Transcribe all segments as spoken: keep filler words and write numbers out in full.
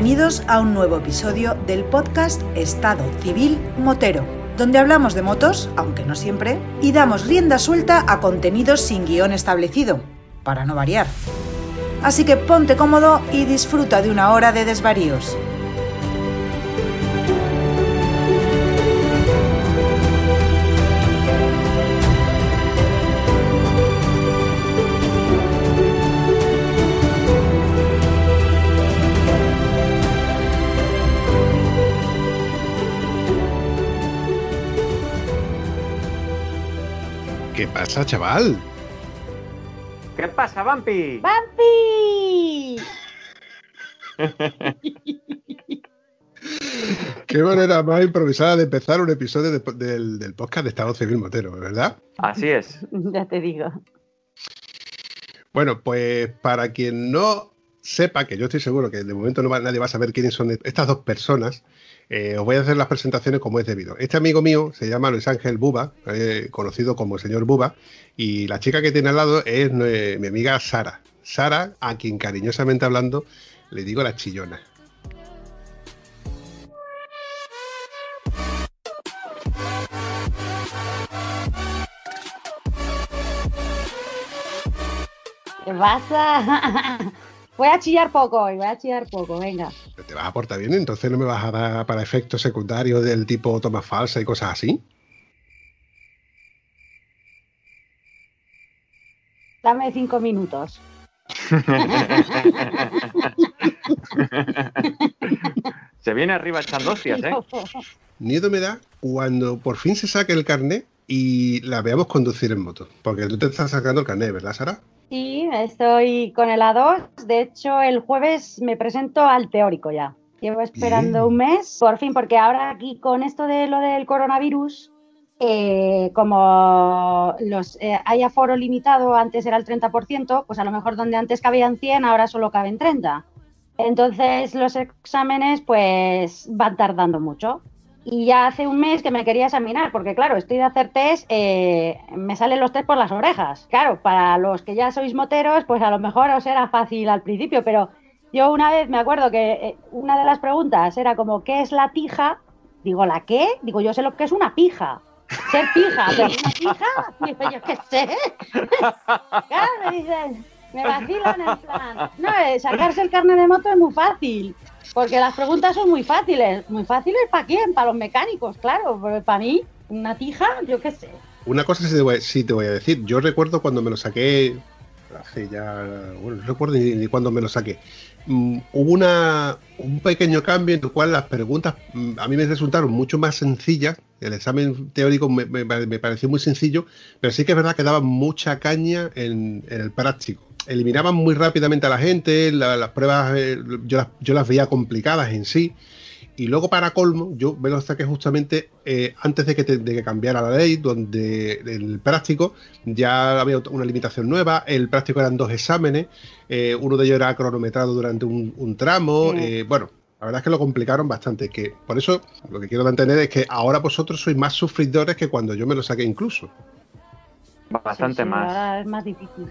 Bienvenidos a un nuevo episodio del podcast Estado Civil Motero, donde hablamos de motos, aunque no siempre, y damos rienda suelta a contenidos sin guión establecido, para no variar. Así que ponte cómodo y disfruta de una hora de desvaríos. ¿Qué pasa, chaval? ¿Qué pasa, Vampi? ¡Vampi! Qué manera más improvisada de empezar un episodio de, del, del podcast de Estado Civil Motero, ¿verdad? Así es. Ya te digo. Bueno, pues para quien no sepa, que yo estoy seguro que de momento no va, nadie va a saber quiénes son estas dos personas, eh, os voy a hacer las presentaciones como es debido. Este amigo mío se llama Luis Ángel Buba, eh, conocido como el señor Buba, y la chica que tiene al lado es eh, mi amiga Sara. Sara, a quien cariñosamente hablando le digo la chillona. ¿Qué pasa? Voy a chillar poco hoy, voy a chillar poco, venga. ¿Te vas a portar bien? ¿Entonces no me vas a dar para efectos secundarios del tipo toma falsa y cosas así? Dame cinco minutos. Se viene arriba echando hostias, ¿eh? Miedo me da cuando por fin se saque el carnet y la veamos conducir en moto. Porque tú te estás sacando el carnet, ¿verdad, Sara? Sí, estoy con el A dos. De hecho, el jueves me presento al teórico ya. Llevo esperando Bien. un mes, por fin, porque ahora aquí con esto de lo del coronavirus, eh, como los eh, hay aforo limitado, antes era el treinta por ciento, pues a lo mejor donde antes cabían cien, ahora solo caben treinta. Entonces los exámenes pues van tardando mucho. Y ya hace un mes que me quería examinar, porque claro, estoy de hacer test, eh, me salen los test por las orejas. Claro, para los que ya sois moteros, pues a lo mejor os era fácil al principio, pero yo una vez me acuerdo que eh, una de las preguntas era como, ¿qué es la tija? Digo, ¿la qué? Digo, yo sé lo que es una pija. Ser pija, pero una pija, digo, yo qué sé. Claro, me dicen, me vacilan en plan. No, eh, sacarse el carnet de moto es muy fácil. Porque las preguntas son muy fáciles. ¿Muy fáciles para quién? Para los mecánicos, claro. Pero para mí, una tija, yo qué sé. Una cosa sí te, voy, sí te voy a decir. Yo recuerdo cuando me lo saqué, hace ya, bueno, no recuerdo ni, ni cuándo me lo saqué. Mm, hubo una, un pequeño cambio en el cual las preguntas mm, a mí me resultaron mucho más sencillas. El examen teórico me, me, me pareció muy sencillo, pero sí que es verdad que daba mucha caña en, en el práctico. Eliminaban muy rápidamente a la gente, la, las pruebas eh, yo, las, yo las veía complicadas en sí, y luego para colmo yo me lo saqué justamente eh, antes de que, te, de que cambiara la ley, donde el práctico ya había una limitación nueva. El práctico eran dos exámenes, eh, uno de ellos era cronometrado durante un, un tramo, sí. eh, bueno, la verdad es que lo complicaron bastante, que por eso lo que quiero entender es que ahora vosotros sois más sufridores que cuando yo me lo saqué incluso. Bastante sí, sí, más. Ahora es más difícil.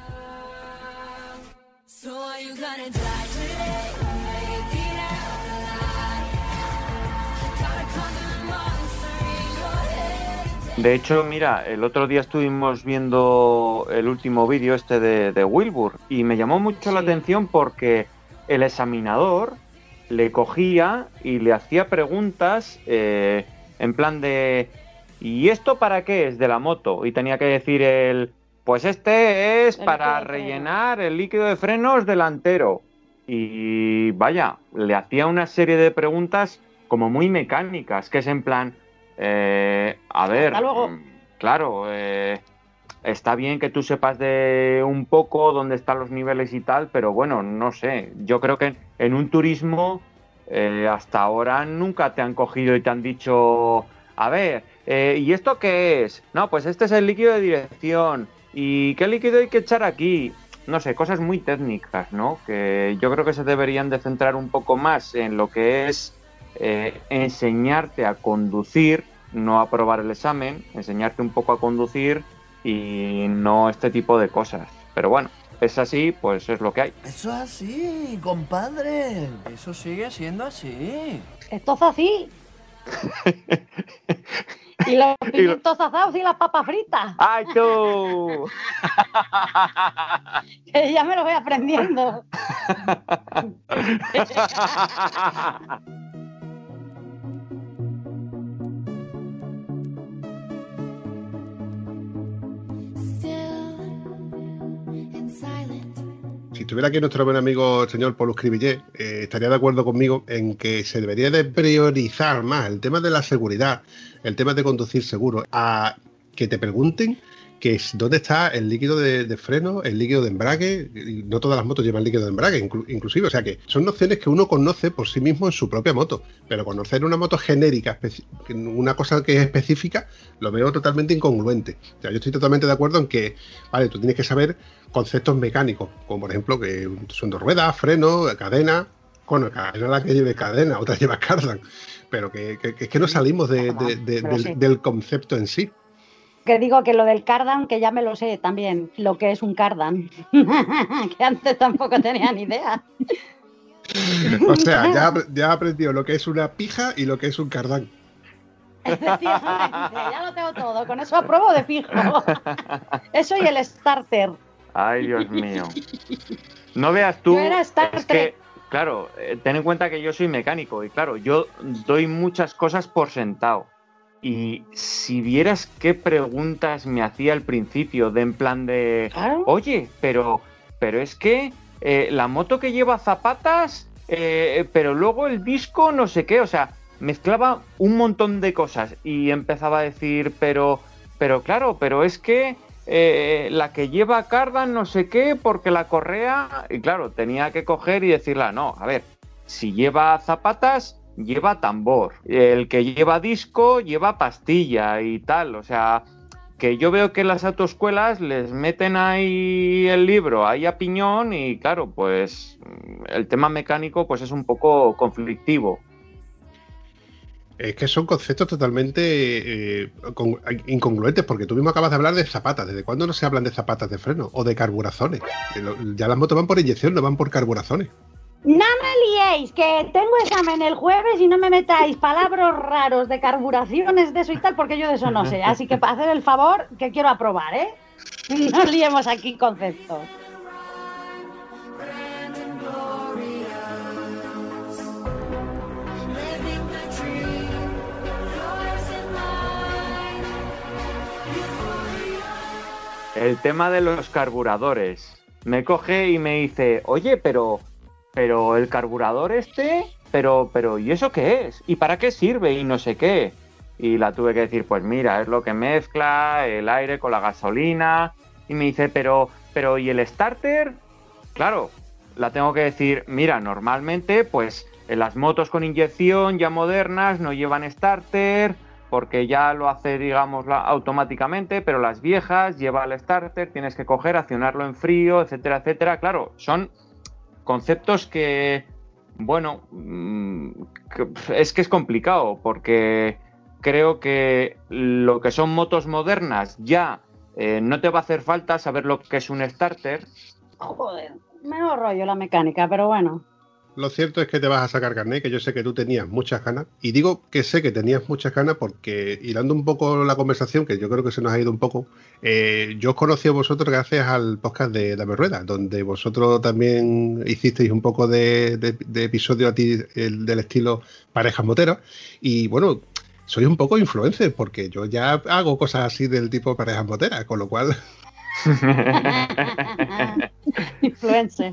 De hecho, mira, el otro día estuvimos viendo el último vídeo este de, de Wilbur y me llamó mucho sí. la atención porque el examinador le cogía y le hacía preguntas eh, en plan de ¿y esto para qué es de la moto? Y tenía que decir el... Pues este es el para rellenar el líquido de frenos delantero. Y vaya, le hacía una serie de preguntas como muy mecánicas, que es en plan, eh, a ver, claro, eh, está bien que tú sepas de un poco dónde están los niveles y tal, pero bueno, no sé, yo creo que en un turismo eh, hasta ahora nunca te han cogido y te han dicho, a ver, eh, ¿y esto qué es? No, pues este es el líquido de dirección. ¿Y qué líquido hay que echar aquí? No sé, cosas muy técnicas, ¿no? Que yo creo que se deberían de centrar un poco más en lo que es eh, enseñarte a conducir, no aprobar el examen, enseñarte un poco a conducir y no este tipo de cosas. Pero bueno, es así, pues es lo que hay. Eso es así, compadre. Eso sigue siendo así. Esto es así. Y los pimientos asados y las papas fritas. ¡Ay, tú! Que ya me lo voy aprendiendo. Si estuviera aquí nuestro buen amigo el señor Paul Escribillé, eh, estaría de acuerdo conmigo en que se debería de priorizar más el tema de la seguridad, el tema de conducir seguro, a que te pregunten que es dónde está el líquido de, de freno, el líquido de embrague. Y no todas las motos llevan líquido de embrague, inclu inclusive. O sea que son nociones que uno conoce por sí mismo en su propia moto. Pero conocer una moto genérica, una cosa que es específica, lo veo totalmente incongruente. O sea, yo estoy totalmente de acuerdo en que, vale, tú tienes que saber conceptos mecánicos, como por ejemplo que son dos ruedas, freno, cadena. Bueno, cadena la que lleve cadena, otra lleva cardan. Pero que, que, que es que no salimos de, de, de, de, del, del concepto en sí. Que digo que lo del cardan, que ya me lo sé también, lo que es un cardan. Que antes tampoco tenía ni idea. O sea, ya, ya he aprendido lo que es una pija y lo que es un cardán. Efectivamente, ya lo tengo todo, con eso apruebo de fijo. Eso y el starter. Ay, Dios mío. No veas tú, Yo era starter. es que, claro, ten en cuenta que yo soy mecánico y claro, yo doy muchas cosas por sentado. Y si vieras qué preguntas me hacía al principio, de en plan de, ¿Claro? oye, pero, pero es que eh, la moto que lleva zapatas, eh, pero luego el disco no sé qué, o sea, mezclaba un montón de cosas y empezaba a decir, pero, pero claro, pero es que eh, la que lleva cardan no sé qué, porque la correa, y claro, tenía que coger y decirla, no, a ver, si lleva zapatas, lleva tambor, el que lleva disco lleva pastilla y tal, o sea, que yo veo que en las autoescuelas les meten ahí el libro, ahí a piñón y claro, pues el tema mecánico pues es un poco conflictivo. Es que son conceptos totalmente eh, con, incongruentes, porque tú mismo acabas de hablar de zapatas. ¿Desde cuándo no se hablan de zapatas de freno o de carburazones? Ya las motos van por inyección, no van por carburazones. No me liéis, que tengo examen el jueves y no me metáis palabras raros de carburaciones de eso y tal, porque yo de eso no sé. Así que para hacer el favor, que quiero aprobar, ¿eh? No liemos aquí conceptos. El tema de los carburadores. Me coge y me dice, oye, pero... Pero el carburador este, pero, pero, ¿y eso qué es? ¿Y para qué sirve? Y no sé qué. Y la tuve que decir, pues mira, es lo que mezcla el aire con la gasolina. Y me dice, pero, pero, ¿y el starter? Claro, la tengo que decir, mira, normalmente, pues, en las motos con inyección ya modernas no llevan starter, porque ya lo hace, digamos, automáticamente, pero las viejas lleva el starter, tienes que coger, accionarlo en frío, etcétera, etcétera. Claro, son conceptos que, bueno, que es que es complicado porque creo que lo que son motos modernas ya eh, no te va a hacer falta saber lo que es un starter. Joder, menos rollo la mecánica, pero bueno. Lo cierto es que te vas a sacar carnet, que yo sé que tú tenías muchas ganas. Y digo que sé que tenías muchas ganas porque, hilando un poco la conversación, que yo creo que se nos ha ido un poco, eh, yo os conocí a vosotros gracias al podcast de Dame Rueda, donde vosotros también hicisteis un poco de, de, de episodio a ti el, del estilo parejas moteras. Y bueno, soy un poco influencer porque yo ya hago cosas así del tipo parejas moteras, con lo cual... Influencer.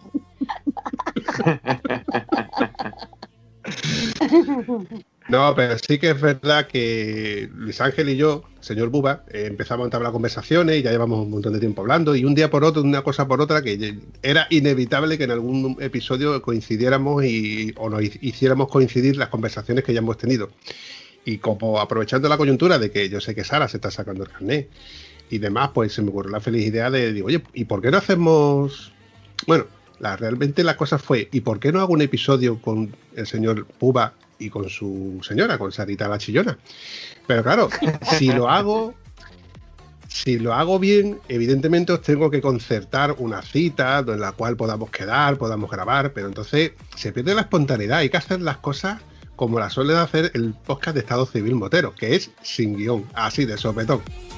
No, pero sí que es verdad que Luis Ángel y yo, señor Buba, eh, empezamos a entablar conversaciones y ya llevamos un montón de tiempo hablando y un día por otro, una cosa por otra, que era inevitable que en algún episodio coincidiéramos y, o nos hiciéramos coincidir las conversaciones que ya hemos tenido. Y como aprovechando la coyuntura de que yo sé que Sara se está sacando el carnet y demás, pues se me ocurrió la feliz idea de, digo, oye, ¿y por qué no hacemos...? Bueno, la, realmente la cosa fue, ¿y por qué no hago un episodio con el señor Buba y con su señora, con Sarita la Chillona? Pero claro, si lo hago, si lo hago bien, evidentemente os tengo que concertar una cita en la cual podamos quedar, podamos grabar, pero entonces se pierde la espontaneidad. Hay que hacer las cosas como la suele hacer el podcast de Estado Civil Motero, que es sin guión, así de sopetón.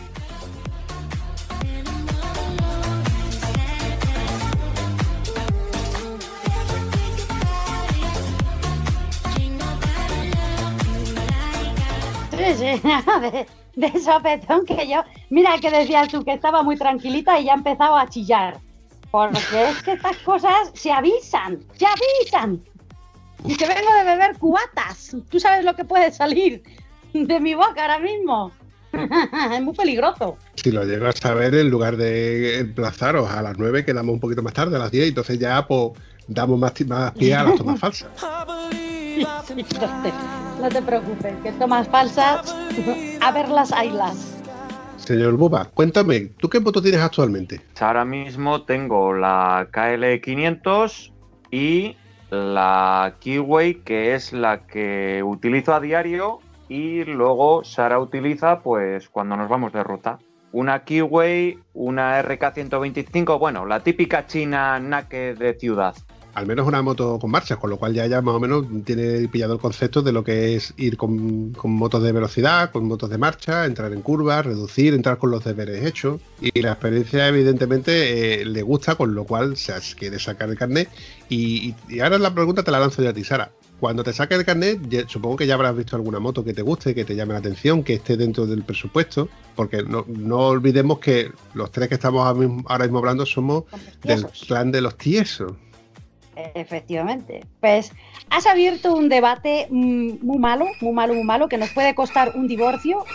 De, de sopetón que yo, mira que decías tú que estaba muy tranquilita y ya he empezado a chillar, porque es que estas cosas se avisan, se avisan, y que vengo de beber cubatas, tú sabes lo que puede salir de mi boca ahora mismo, es muy peligroso. Si lo llego a saber, en lugar de emplazaros a las nueve, quedamos un poquito más tarde, a las diez, y entonces ya pues damos más, más pie a las tomas falsas. Sí, no, te, no te preocupes, que tomas falsas, a verlas, haylas. Señor Buba, cuéntame, ¿tú qué moto tienes actualmente? Ahora mismo tengo la K L quinientos y la Kiwi, que es la que utilizo a diario y luego Sara utiliza pues cuando nos vamos de ruta. Una Kiwi, una R K ciento veinticinco, bueno, la típica china naked de ciudad. Al menos una moto con marchas, con lo cual ya, ya más o menos tiene pillado el concepto de lo que es ir con, con motos de velocidad, con motos de marcha, entrar en curvas, reducir, entrar con los deberes hechos. Y la experiencia evidentemente eh, le gusta, con lo cual se quiere sacar el carnet. Y, y, y ahora la pregunta te la lanzo yo a ti, Sara. Cuando te saques el carnet, ya, supongo que ya habrás visto alguna moto que te guste, que te llame la atención, que esté dentro del presupuesto, porque no, no olvidemos que los tres que estamos ahora mismo, ahora mismo hablando somos del clan de los tiesos. Efectivamente. Pues has abierto un debate mmm, muy malo, muy malo, muy malo, que nos puede costar un divorcio.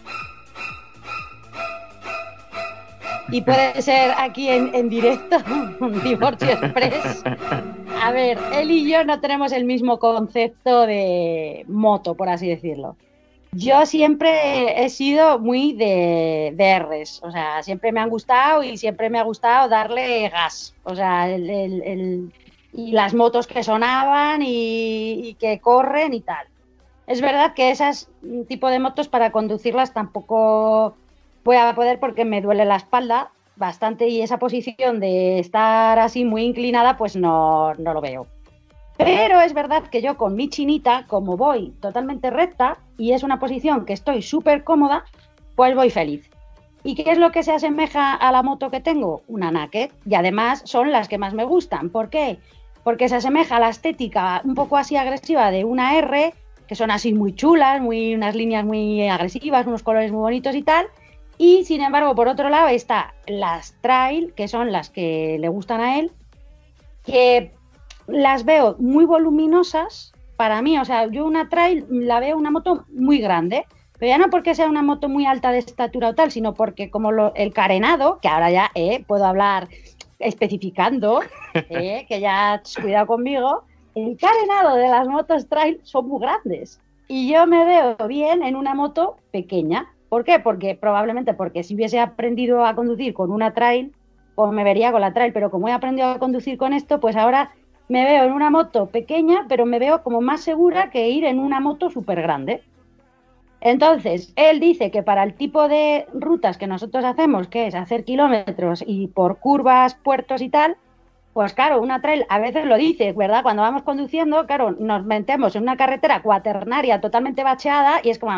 Y puede ser aquí en, en directo, un divorcio express. A ver, él y yo no tenemos el mismo concepto de moto, por así decirlo. Yo siempre he sido muy de, de Rs, o sea, siempre me han gustado y siempre me ha gustado darle gas. O sea, el... el, el y las motos que sonaban y, y que corren y tal. Es verdad que esas tipo de motos para conducirlas tampoco voy a poder porque me duele la espalda bastante y esa posición de estar así muy inclinada pues no, no lo veo. Pero es verdad que yo con mi chinita, como voy totalmente recta y es una posición que estoy súper cómoda, pues voy feliz. ¿Y qué es lo que se asemeja a la moto que tengo? Una naked. Y además son las que más me gustan. ¿Por qué? Porque se asemeja a la estética un poco así agresiva de una R, que son así muy chulas, muy, unas líneas muy agresivas, unos colores muy bonitos y tal. Y sin embargo, por otro lado, está las trail, que son las que le gustan a él, que las veo muy voluminosas para mí. O sea, yo una trail la veo una moto muy grande, pero ya no porque sea una moto muy alta de estatura o tal, sino porque como lo, el carenado, que ahora ya eh, puedo hablar especificando, eh, que ya cuidado conmigo, el carenado de las motos trail son muy grandes y yo me veo bien en una moto pequeña. ¿Por qué? Porque probablemente porque si hubiese aprendido a conducir con una trail, pues me vería con la trail, pero como he aprendido a conducir con esto, pues ahora me veo en una moto pequeña, pero me veo como más segura que ir en una moto súper grande. Entonces, él dice que para el tipo de rutas que nosotros hacemos, que es hacer kilómetros y por curvas, puertos y tal, pues claro, una trail a veces lo dice, ¿verdad? Cuando vamos conduciendo, claro, nos metemos en una carretera cuaternaria totalmente bacheada y es como,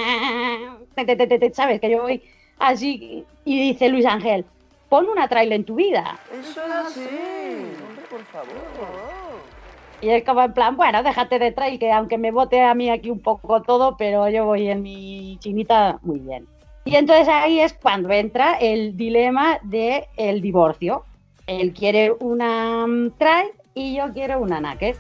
¿sabes? Que yo voy así y dice Luis Ángel, pon una trail en tu vida. Eso es así, hombre, por favor. Y es como en plan, bueno, déjate de trail, que aunque me bote a mí aquí un poco todo, pero yo voy en mi chinita muy bien. Y entonces ahí es cuando entra el dilema del divorcio. Él quiere una um, trail y yo quiero una naked.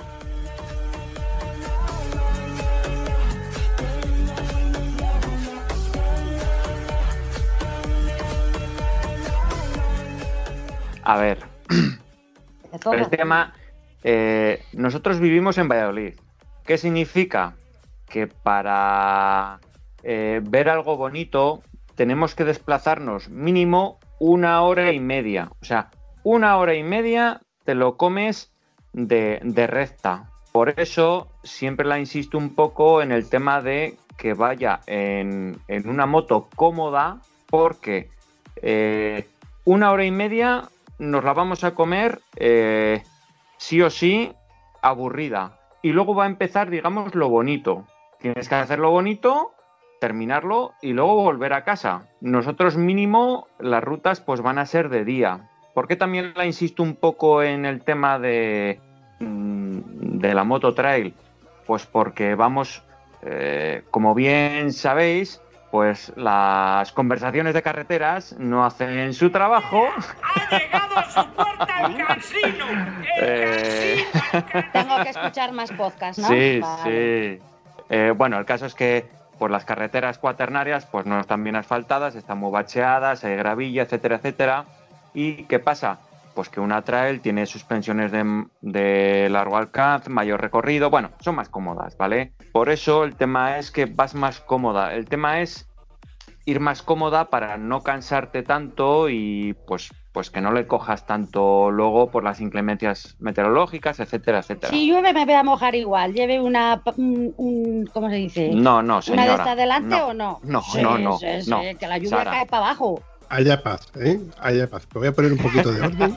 A ver, el tema... Eh, nosotros vivimos en Valladolid. ¿Qué significa? Que para eh, ver algo bonito tenemos que desplazarnos mínimo una hora y media. O sea, una hora y media te lo comes de, de recta. Por eso siempre la insisto un poco en el tema de que vaya en, en una moto cómoda porque eh, una hora y media nos la vamos a comer eh, sí o sí aburrida. Y luego va a empezar, digamos, lo bonito. Tienes que hacer lo bonito, terminarlo y luego volver a casa. Nosotros mínimo las rutas pues van a ser de día. ¿Por qué también la insisto un poco en el tema de, de la moto trail? Pues porque vamos, eh, como bien sabéis, pues las conversaciones de carreteras no hacen su trabajo. ¡Ha llegado a su puerta el casino! ¡El Eh, casino! Tengo que escuchar más podcasts, ¿no? Sí, Vale. sí. Eh, bueno, el caso es que pues las carreteras cuaternarias pues no están bien asfaltadas, están muy bacheadas, hay gravilla, etcétera, etcétera. ¿Y qué pasa? Pues que una trail tiene suspensiones de, de largo alcance, mayor recorrido, bueno, son más cómodas, ¿vale? Por eso el tema es que vas más cómoda. El tema es ir más cómoda para no cansarte tanto y pues, pues que no le cojas tanto luego por las inclemencias meteorológicas, etcétera, etcétera. Si llueve me voy a mojar igual. Lleve una, un, un- ¿cómo se dice? No, no, señora. ¿Una de estas delante no. o no? No, Sí, no, no, sí, sí, no. que la lluvia Sara. cae para abajo. Haya paz, ¿eh? Haya paz. Me voy a poner un poquito de orden.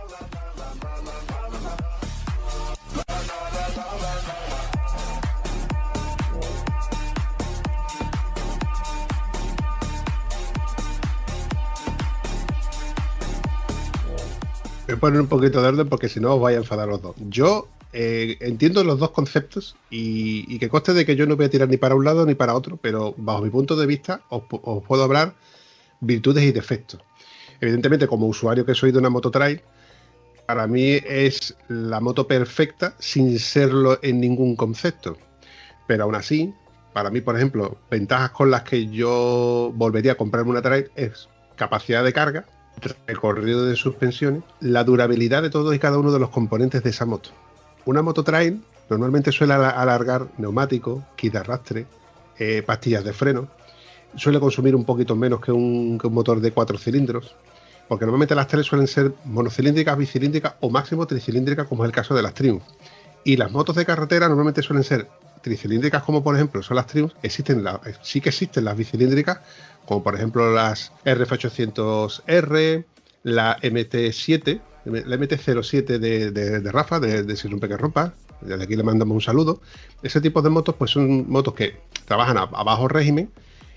Voy a poner un poquito de orden porque si no os vais a enfadar los dos. Yo eh, entiendo los dos conceptos y, y que conste de que yo no voy a tirar ni para un lado ni para otro, pero bajo mi punto de vista os, pu- os puedo hablar virtudes y defectos. Evidentemente, como usuario que soy de una moto trail, para mí es la moto perfecta sin serlo en ningún concepto. Pero aún así, para mí, por ejemplo, ventajas con las que yo volvería a comprarme una trail es capacidad de carga, recorrido de suspensiones, la durabilidad de todos y cada uno de los componentes de esa moto. Una moto trail normalmente suele ala- alargar neumáticos, kit de arrastre, eh, pastillas de freno, suele consumir un poquito menos que un, que un motor de cuatro cilindros, porque normalmente las trails suelen ser monocilíndricas, bicilíndricas o máximo tricilíndricas, como es el caso de las Triumph. Y las motos de carretera normalmente suelen ser tricilíndricas, como por ejemplo son las Triumph. Existen la- sí que existen las bicilíndricas, como por ejemplo las R F ochocientos R, la M T siete, la M T cero siete de, de, de Rafa, de, de Si Rompe Que Rompa. Desde aquí le mandamos un saludo. Ese tipo de motos pues son motos que trabajan a, a bajo régimen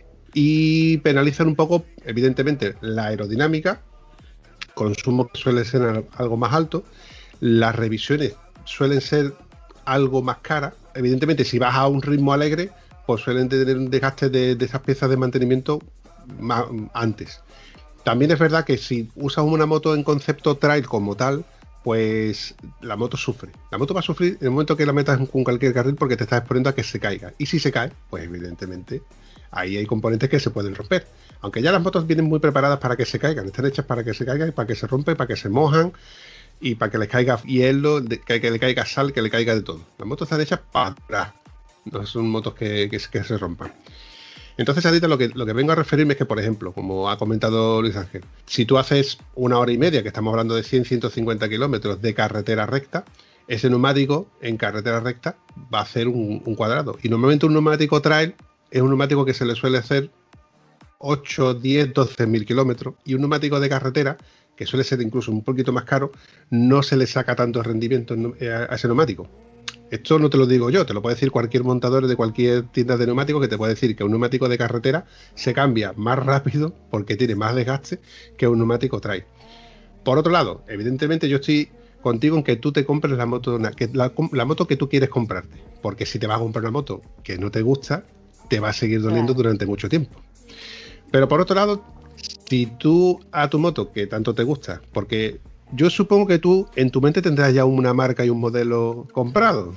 y penalizan un poco, evidentemente, la aerodinámica, consumo que suele ser al- algo más alto, las revisiones suelen ser algo más caras. Evidentemente, si vas a un ritmo alegre, pues suelen tener un desgaste de, de esas piezas de mantenimiento más, antes. También es verdad que si usas una moto en concepto trail como tal, pues la moto sufre. La moto va a sufrir en el momento que la metas en cualquier carril porque te estás exponiendo a que se caiga. Y si se cae, pues evidentemente ahí hay componentes que se pueden romper. Aunque ya las motos vienen muy preparadas para que se caigan, están hechas para que se caigan, para que se rompen, para que se mojan y para que les caiga hielo, de- que, que le caiga sal, que le caiga de todo. Las motos están hechas para durar, no son motos que, que, que se rompan. Entonces, ahorita lo que, lo que vengo a referirme es que, por ejemplo, como ha comentado Luis Ángel, si tú haces una hora y media, que estamos hablando de cien a ciento cincuenta kilómetros de carretera recta, ese neumático en carretera recta va a hacer un, un cuadrado. Y normalmente un neumático trail es un neumático que se le suele hacer ocho, diez, doce mil kilómetros. Y un neumático de carretera, que suele ser incluso un poquito más caro, no se le saca tanto rendimiento a ese neumático. Esto no te lo digo yo, te lo puede decir cualquier montador de cualquier tienda de neumáticos, que te puede decir que un neumático de carretera se cambia más rápido porque tiene más desgaste que un neumático trail. Por otro lado, evidentemente yo estoy contigo en que tú te compres la moto, que la, la moto que tú quieres comprarte, porque si te vas a comprar una moto que no te gusta, te va a seguir doliendo Claro. durante mucho tiempo. Pero por otro lado, si tú a tu moto que tanto te gusta, porque yo supongo que tú en tu mente tendrás ya una marca y un modelo comprado.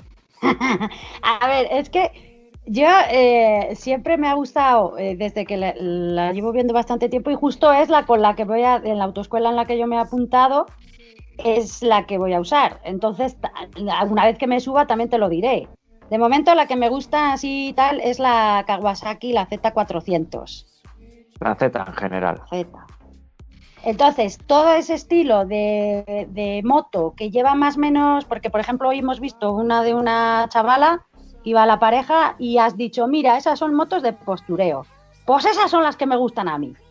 A ver, es que yo eh, siempre me ha gustado, eh, desde que la, la llevo viendo bastante tiempo, y justo es la con la que voy a, en la autoescuela en la que yo me he apuntado, es la que voy a usar. Entonces, ta- alguna vez que me suba también te lo diré. De momento la que me gusta así y tal es la Kawasaki, la Z cuatrocientos. La Z en general. Z. Entonces, todo ese estilo de, de moto que lleva más o menos, porque por ejemplo hoy hemos visto una de una chavala, iba la pareja y has dicho, mira, esas son motos de postureo. Pues esas son las que me gustan a mí.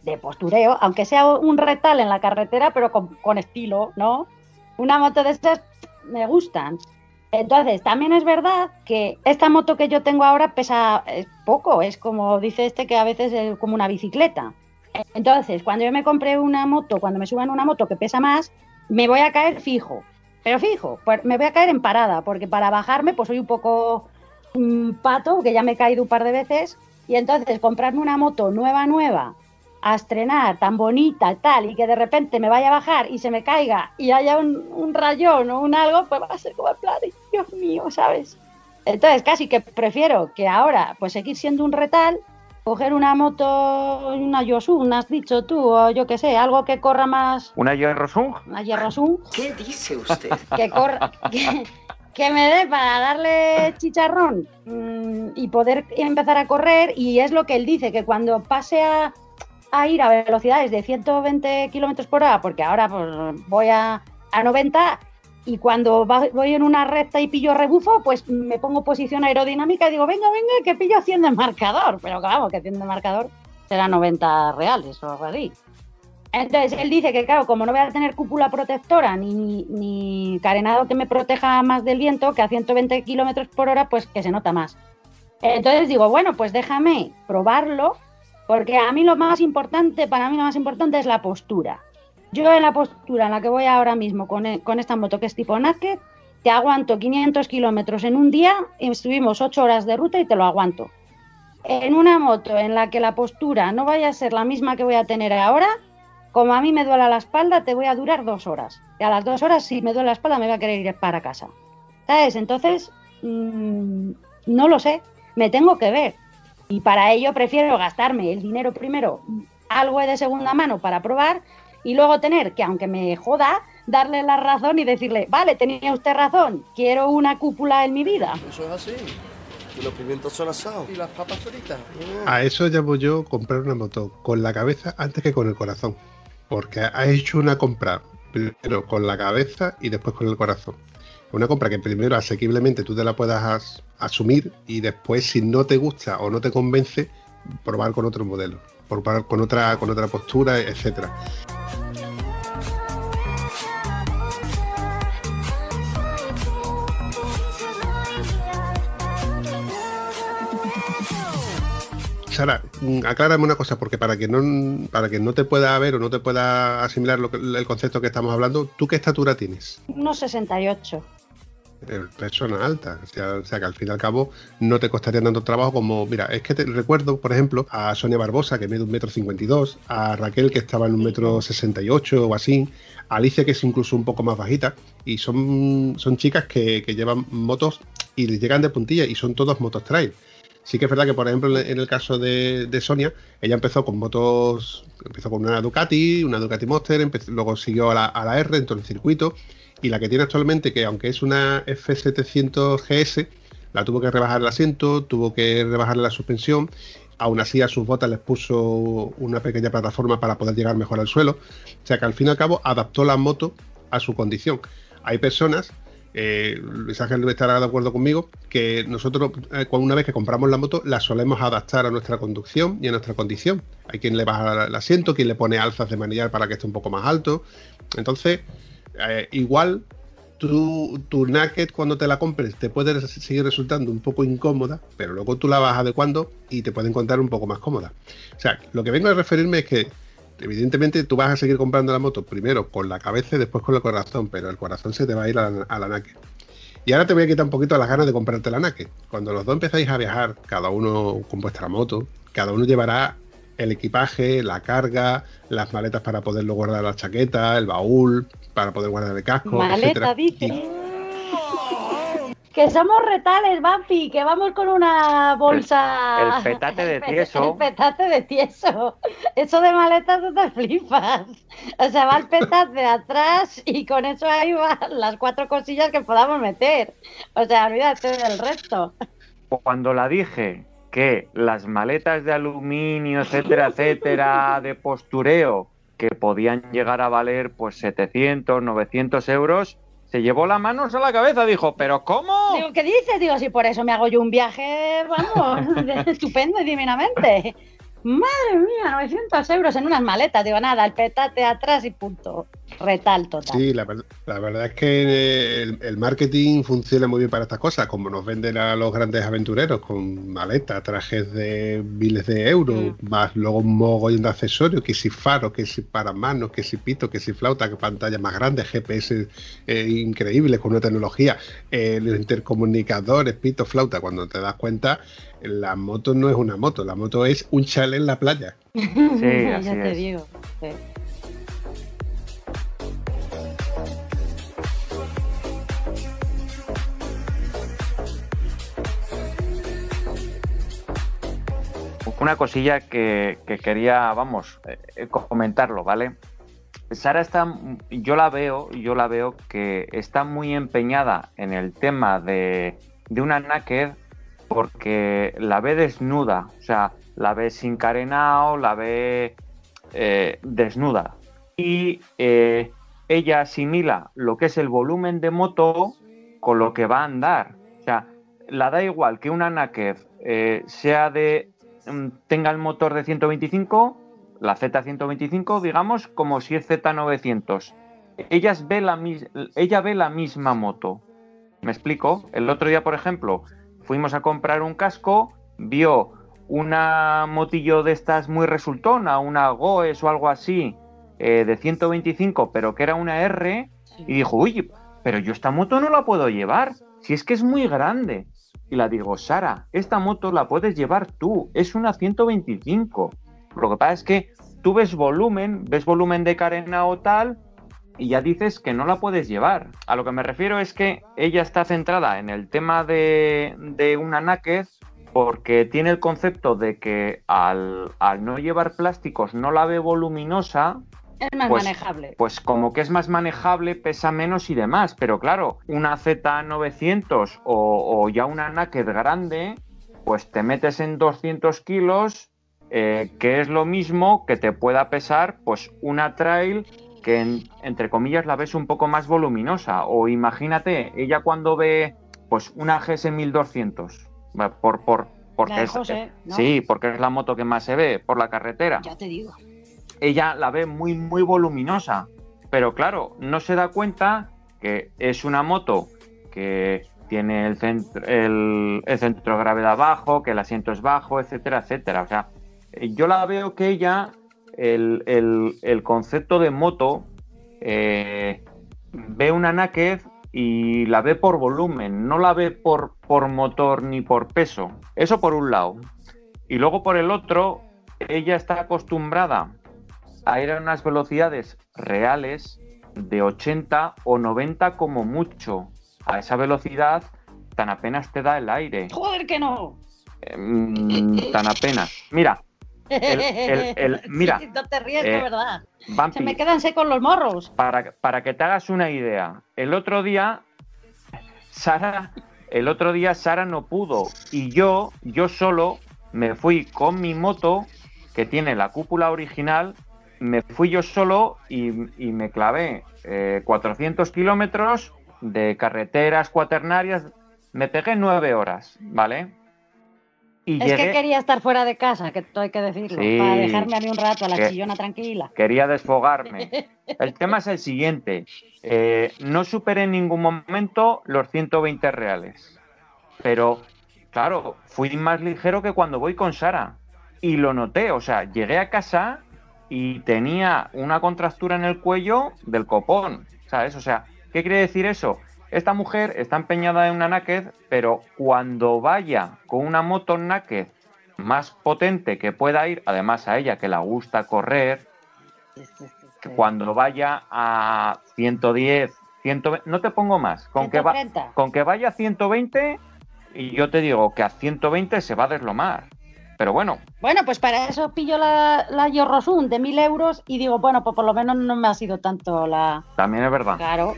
de postureo, aunque sea un retal en la carretera, pero con, con estilo, ¿no? Una moto de estas me gustan. Entonces, también es verdad que esta moto que yo tengo ahora pesa es poco, es como dice este que a veces es como una bicicleta. Entonces, cuando yo me compré una moto, cuando me suban una moto que pesa más, me voy a caer fijo, pero fijo, pues me voy a caer en parada, porque para bajarme pues soy un poco um, pato, que ya me he caído un par de veces, y entonces comprarme una moto nueva, nueva, a estrenar, tan bonita, tal, y que de repente me vaya a bajar y se me caiga y haya un, un rayón o un algo, pues va a ser como en plan, Dios mío, ¿sabes? Entonces casi que prefiero que ahora pues seguir siendo un retal, coger una moto, una Yosun, has dicho tú, o yo qué sé, algo que corra más... ¿Una Yerrosung? Una Yerrosung. ¿Qué dice usted? Que corra... Que, que me dé para darle chicharrón mmm, y poder empezar a correr, y es lo que él dice, que cuando pase a... a ir a velocidades de ciento veinte kilómetros por hora, porque ahora pues voy a, a noventa, y cuando va, voy en una recta y pillo rebufo, pues me pongo posición aerodinámica y digo, venga, venga, que pillo cien de marcador, pero claro, que cien de marcador será noventa reales o algo así. Entonces él dice que claro, como no voy a tener cúpula protectora ni, ni, ni carenado que me proteja más del viento, que a ciento veinte kilómetros por hora, pues que se nota más. Entonces digo, bueno, pues déjame probarlo, porque a mí lo más importante, para mí lo más importante es la postura. Yo en la postura en la que voy ahora mismo con, con esta moto que es tipo Naked, te aguanto quinientos kilómetros en un día, y estuvimos ocho horas de ruta y te lo aguanto. En una moto en la que la postura no vaya a ser la misma que voy a tener ahora, como a mí me duele la espalda, te voy a durar dos horas. Y a las dos horas, si me duele la espalda, me voy a querer ir para casa. ¿Sabes? Entonces, mmm, no lo sé, me tengo que ver. Y para ello prefiero gastarme el dinero primero, algo de segunda mano para probar, y luego tener que, aunque me joda, darle la razón y decirle, vale, tenía usted razón, quiero una cúpula en mi vida. Eso es así. Y los pimientos son asados. Y las papas fritas. A eso llamo yo comprar una moto con la cabeza antes que con el corazón. Porque has hecho una compra primero con la cabeza y después con el corazón. Una compra que primero asequiblemente tú te la puedas as- asumir, y después, si no te gusta o no te convence, probar con otro modelo, probar con otra, con otra postura, etcétera. Sara, aclárame una cosa, porque para que no para que no te pueda ver o no te pueda asimilar lo que, el concepto que estamos hablando, ¿tú qué estatura tienes? uno sesenta y ocho. Persona alta, o sea, o sea que al fin y al cabo no te costaría tanto trabajo como, mira, es que te recuerdo, por ejemplo, a Sonia Barbosa, que mide un metro cincuenta y dos, a Raquel, que estaba en un metro sesenta y ocho o así, a Alicia, que es incluso un poco más bajita, y son, son chicas que, que llevan motos y les llegan de puntilla, y son todos motos trail. Sí que es verdad que, por ejemplo, en el caso de, de Sonia, ella empezó con motos, empezó con una Ducati, una Ducati Monster, empezó, luego siguió a la, a la R en todo el circuito, y la que tiene actualmente, que aunque es una F setecientos G S, la tuvo que rebajar el asiento, tuvo que rebajar la suspensión, aún así a sus botas les puso una pequeña plataforma para poder llegar mejor al suelo, o sea que al fin y al cabo adaptó la moto a su condición. Hay personas, eh, Luis Ángel estará de acuerdo conmigo, que nosotros eh, una vez que compramos la moto la solemos adaptar a nuestra conducción y a nuestra condición. Hay quien le baja el asiento, quien le pone alzas de manillar para que esté un poco más alto. Entonces, eh, igual tu, tu Naked, cuando te la compres, te puede seguir resultando un poco incómoda, pero luego tú la vas adecuando y te puede encontrar un poco más cómoda. O sea, lo que vengo a referirme es que evidentemente tú vas a seguir comprando la moto primero con la cabeza y después con el corazón, pero el corazón se te va a ir a la, a la Naked. Y ahora te voy a quitar un poquito las ganas de comprarte la Naked. Cuando los dos empezáis a viajar, cada uno con vuestra moto, cada uno llevará el equipaje, la carga, las maletas para poderlo guardar la chaqueta, el baúl, para poder guardar el casco, maleta, etcétera. dice. Y, Que somos retales, Vampi, que vamos con una bolsa... El, el petate de tieso. El petate de tieso. Eso de maletas no te flipas. O sea, va el petate atrás y con eso ahí van las cuatro cosillas que podamos meter. O sea, olvídate del resto. Cuando la dije que las maletas de aluminio, etcétera, etcétera, de postureo, que podían llegar a valer pues setecientos, novecientos euros, se llevó las manos a la cabeza, dijo, ¿pero cómo? Digo, ¿qué dices? Digo, si por eso me hago yo un viaje, vamos, estupendo y divinamente. Madre mía, novecientos euros en unas maletas. Digo, nada, el petate atrás y punto. Retal total. Sí, la, la verdad es que el, el marketing funciona muy bien para estas cosas, como nos venden a los grandes aventureros con maletas, trajes de miles de euros, mm. más luego un mogollón de accesorios, que si faros, que si paramanos, que si pito, que si flauta, que pantallas más grandes, G P S eh, increíbles con una tecnología, eh, los intercomunicadores, pito, flauta. Cuando te das cuenta, la moto no es una moto, la moto es un chalet en la playa. Sí, así ya te es. digo. Sí. Una cosilla que, que quería, vamos, eh, comentarlo, ¿vale? Sara está, yo la veo, yo la veo que está muy empeñada en el tema de, de una naked porque la ve desnuda, o sea, la ve sin carenado, la ve eh, desnuda. Y eh, ella asimila lo que es el volumen de moto con lo que va a andar. O sea, la da igual que una naked eh, sea de tenga el motor de ciento veinticinco, la Z ciento veinticinco, digamos, como si es Z novecientos. Ellas ve la, ella ve la misma moto. ¿Me explico? El otro día, por ejemplo, fuimos a comprar un casco, vio una motillo de estas muy resultona, una Goes o algo así, eh, de ciento veinticinco, pero que era una R, y dijo, uy, pero yo esta moto no la puedo llevar, si es que es muy grande. Y la digo, Sara, esta moto la puedes llevar tú, es una ciento veinticinco. Lo que pasa es que tú ves volumen, ves volumen de carena o tal, y ya dices que no la puedes llevar. A lo que me refiero es que ella está centrada en el tema de, de una naked porque tiene el concepto de que al, al no llevar plásticos no la ve voluminosa. Es más pues, manejable. Pues como que es más manejable, pesa menos y demás. Pero claro, una Z novecientos o, o ya una naked grande, pues te metes en doscientos kilos, eh, que es lo mismo que te pueda pesar pues una trail que en, entre comillas la ves un poco más voluminosa. O imagínate, ella cuando ve pues una G S mil doscientos, por, por, porque la de es, José, ¿no? Sí, porque es la moto que más se ve por la carretera. Ya te digo. Ella la ve muy, muy voluminosa, pero claro, no se da cuenta que es una moto que tiene el centro, el, el centro de gravedad bajo, que el asiento es bajo, etcétera, etcétera. O sea, yo la veo que ella, el, el, el concepto de moto, eh, ve una naked y la ve por volumen, no la ve por, por motor ni por peso. Eso por un lado. Y luego por el otro, ella está acostumbrada a ir a unas velocidades reales de ochenta o noventa como mucho. A esa velocidad tan apenas te da el aire. ¡Joder que no! Eh, mm, tan apenas. Mira, el, el, el, mira sí, no te ríes, eh, de verdad. Vampi, se me quedan secos los morros. Para, para que te hagas una idea, el otro día Sara, el otro día Sara no pudo y yo, yo solo me fui con mi moto que tiene la cúpula original. Me fui yo solo y, y me clavé eh, cuatrocientos kilómetros de carreteras cuaternarias. Me pegué nueve horas, ¿vale? Y es llegué... que quería estar fuera de casa, que esto hay que decirlo, sí, para dejarme a mí un rato a la que... chillona tranquila. Quería desfogarme. El tema es el siguiente. Eh, no superé en ningún momento los ciento veinte reales. Pero, claro, fui más ligero que cuando voy con Sara. Y lo noté, o sea, llegué a casa... y tenía una contractura en el cuello del copón, ¿sabes? O sea, ¿qué quiere decir eso? Esta mujer está empeñada en una naked, pero cuando vaya con una moto naked más potente que pueda ir, además a ella que le gusta correr, cuando vaya a ciento diez, ciento veinte, no te pongo más, con que, va, con que vaya a ciento veinte, y yo te digo que a ciento veinte se va a deslomar. Pero bueno. Bueno, pues para eso pillo la, la Yorrosun de mil euros y digo, bueno, pues por lo menos no me ha sido tanto la... También es verdad. Claro.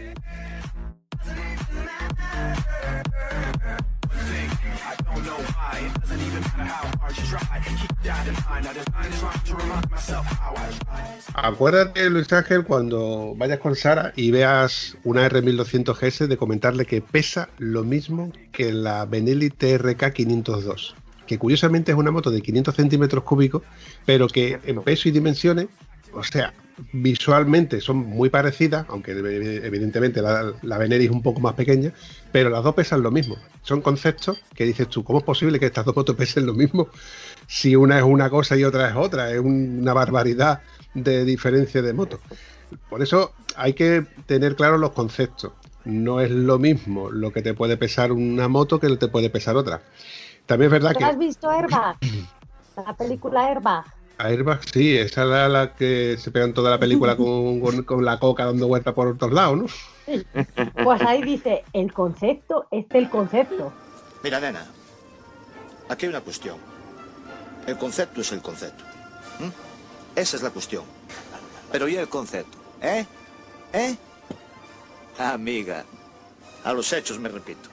Acuérdate, Luis Ángel, cuando vayas con Sara y veas una R mil doscientos G S, de comentarle que pesa lo mismo que la Benelli T R K quinientos dos. que curiosamente es una moto de quinientos centímetros cúbicos, pero que en peso y dimensiones, o sea, visualmente son muy parecidas, aunque evidentemente la, la Veneris es un poco más pequeña, pero las dos pesan lo mismo. Son conceptos que dices tú, ¿cómo es posible que estas dos motos pesen lo mismo? Si una es una cosa y otra es otra, es un, una barbaridad de diferencia de moto. Por eso hay que tener claros los conceptos. No es lo mismo lo que te puede pesar una moto que lo que te puede pesar otra. También es verdad que... ¿Has visto Airbag? La película Airbag. Airbag, sí, esa es la, la que se pegan toda la película con, con, con la coca dando vuelta por otros lados, ¿no? Sí. Pues ahí dice, el concepto es el concepto. Mira, nena, aquí hay una cuestión. El concepto es el concepto. ¿Mm? Esa es la cuestión. Pero ¿y el concepto? ¿Eh? ¿Eh? Amiga, a los hechos me repito.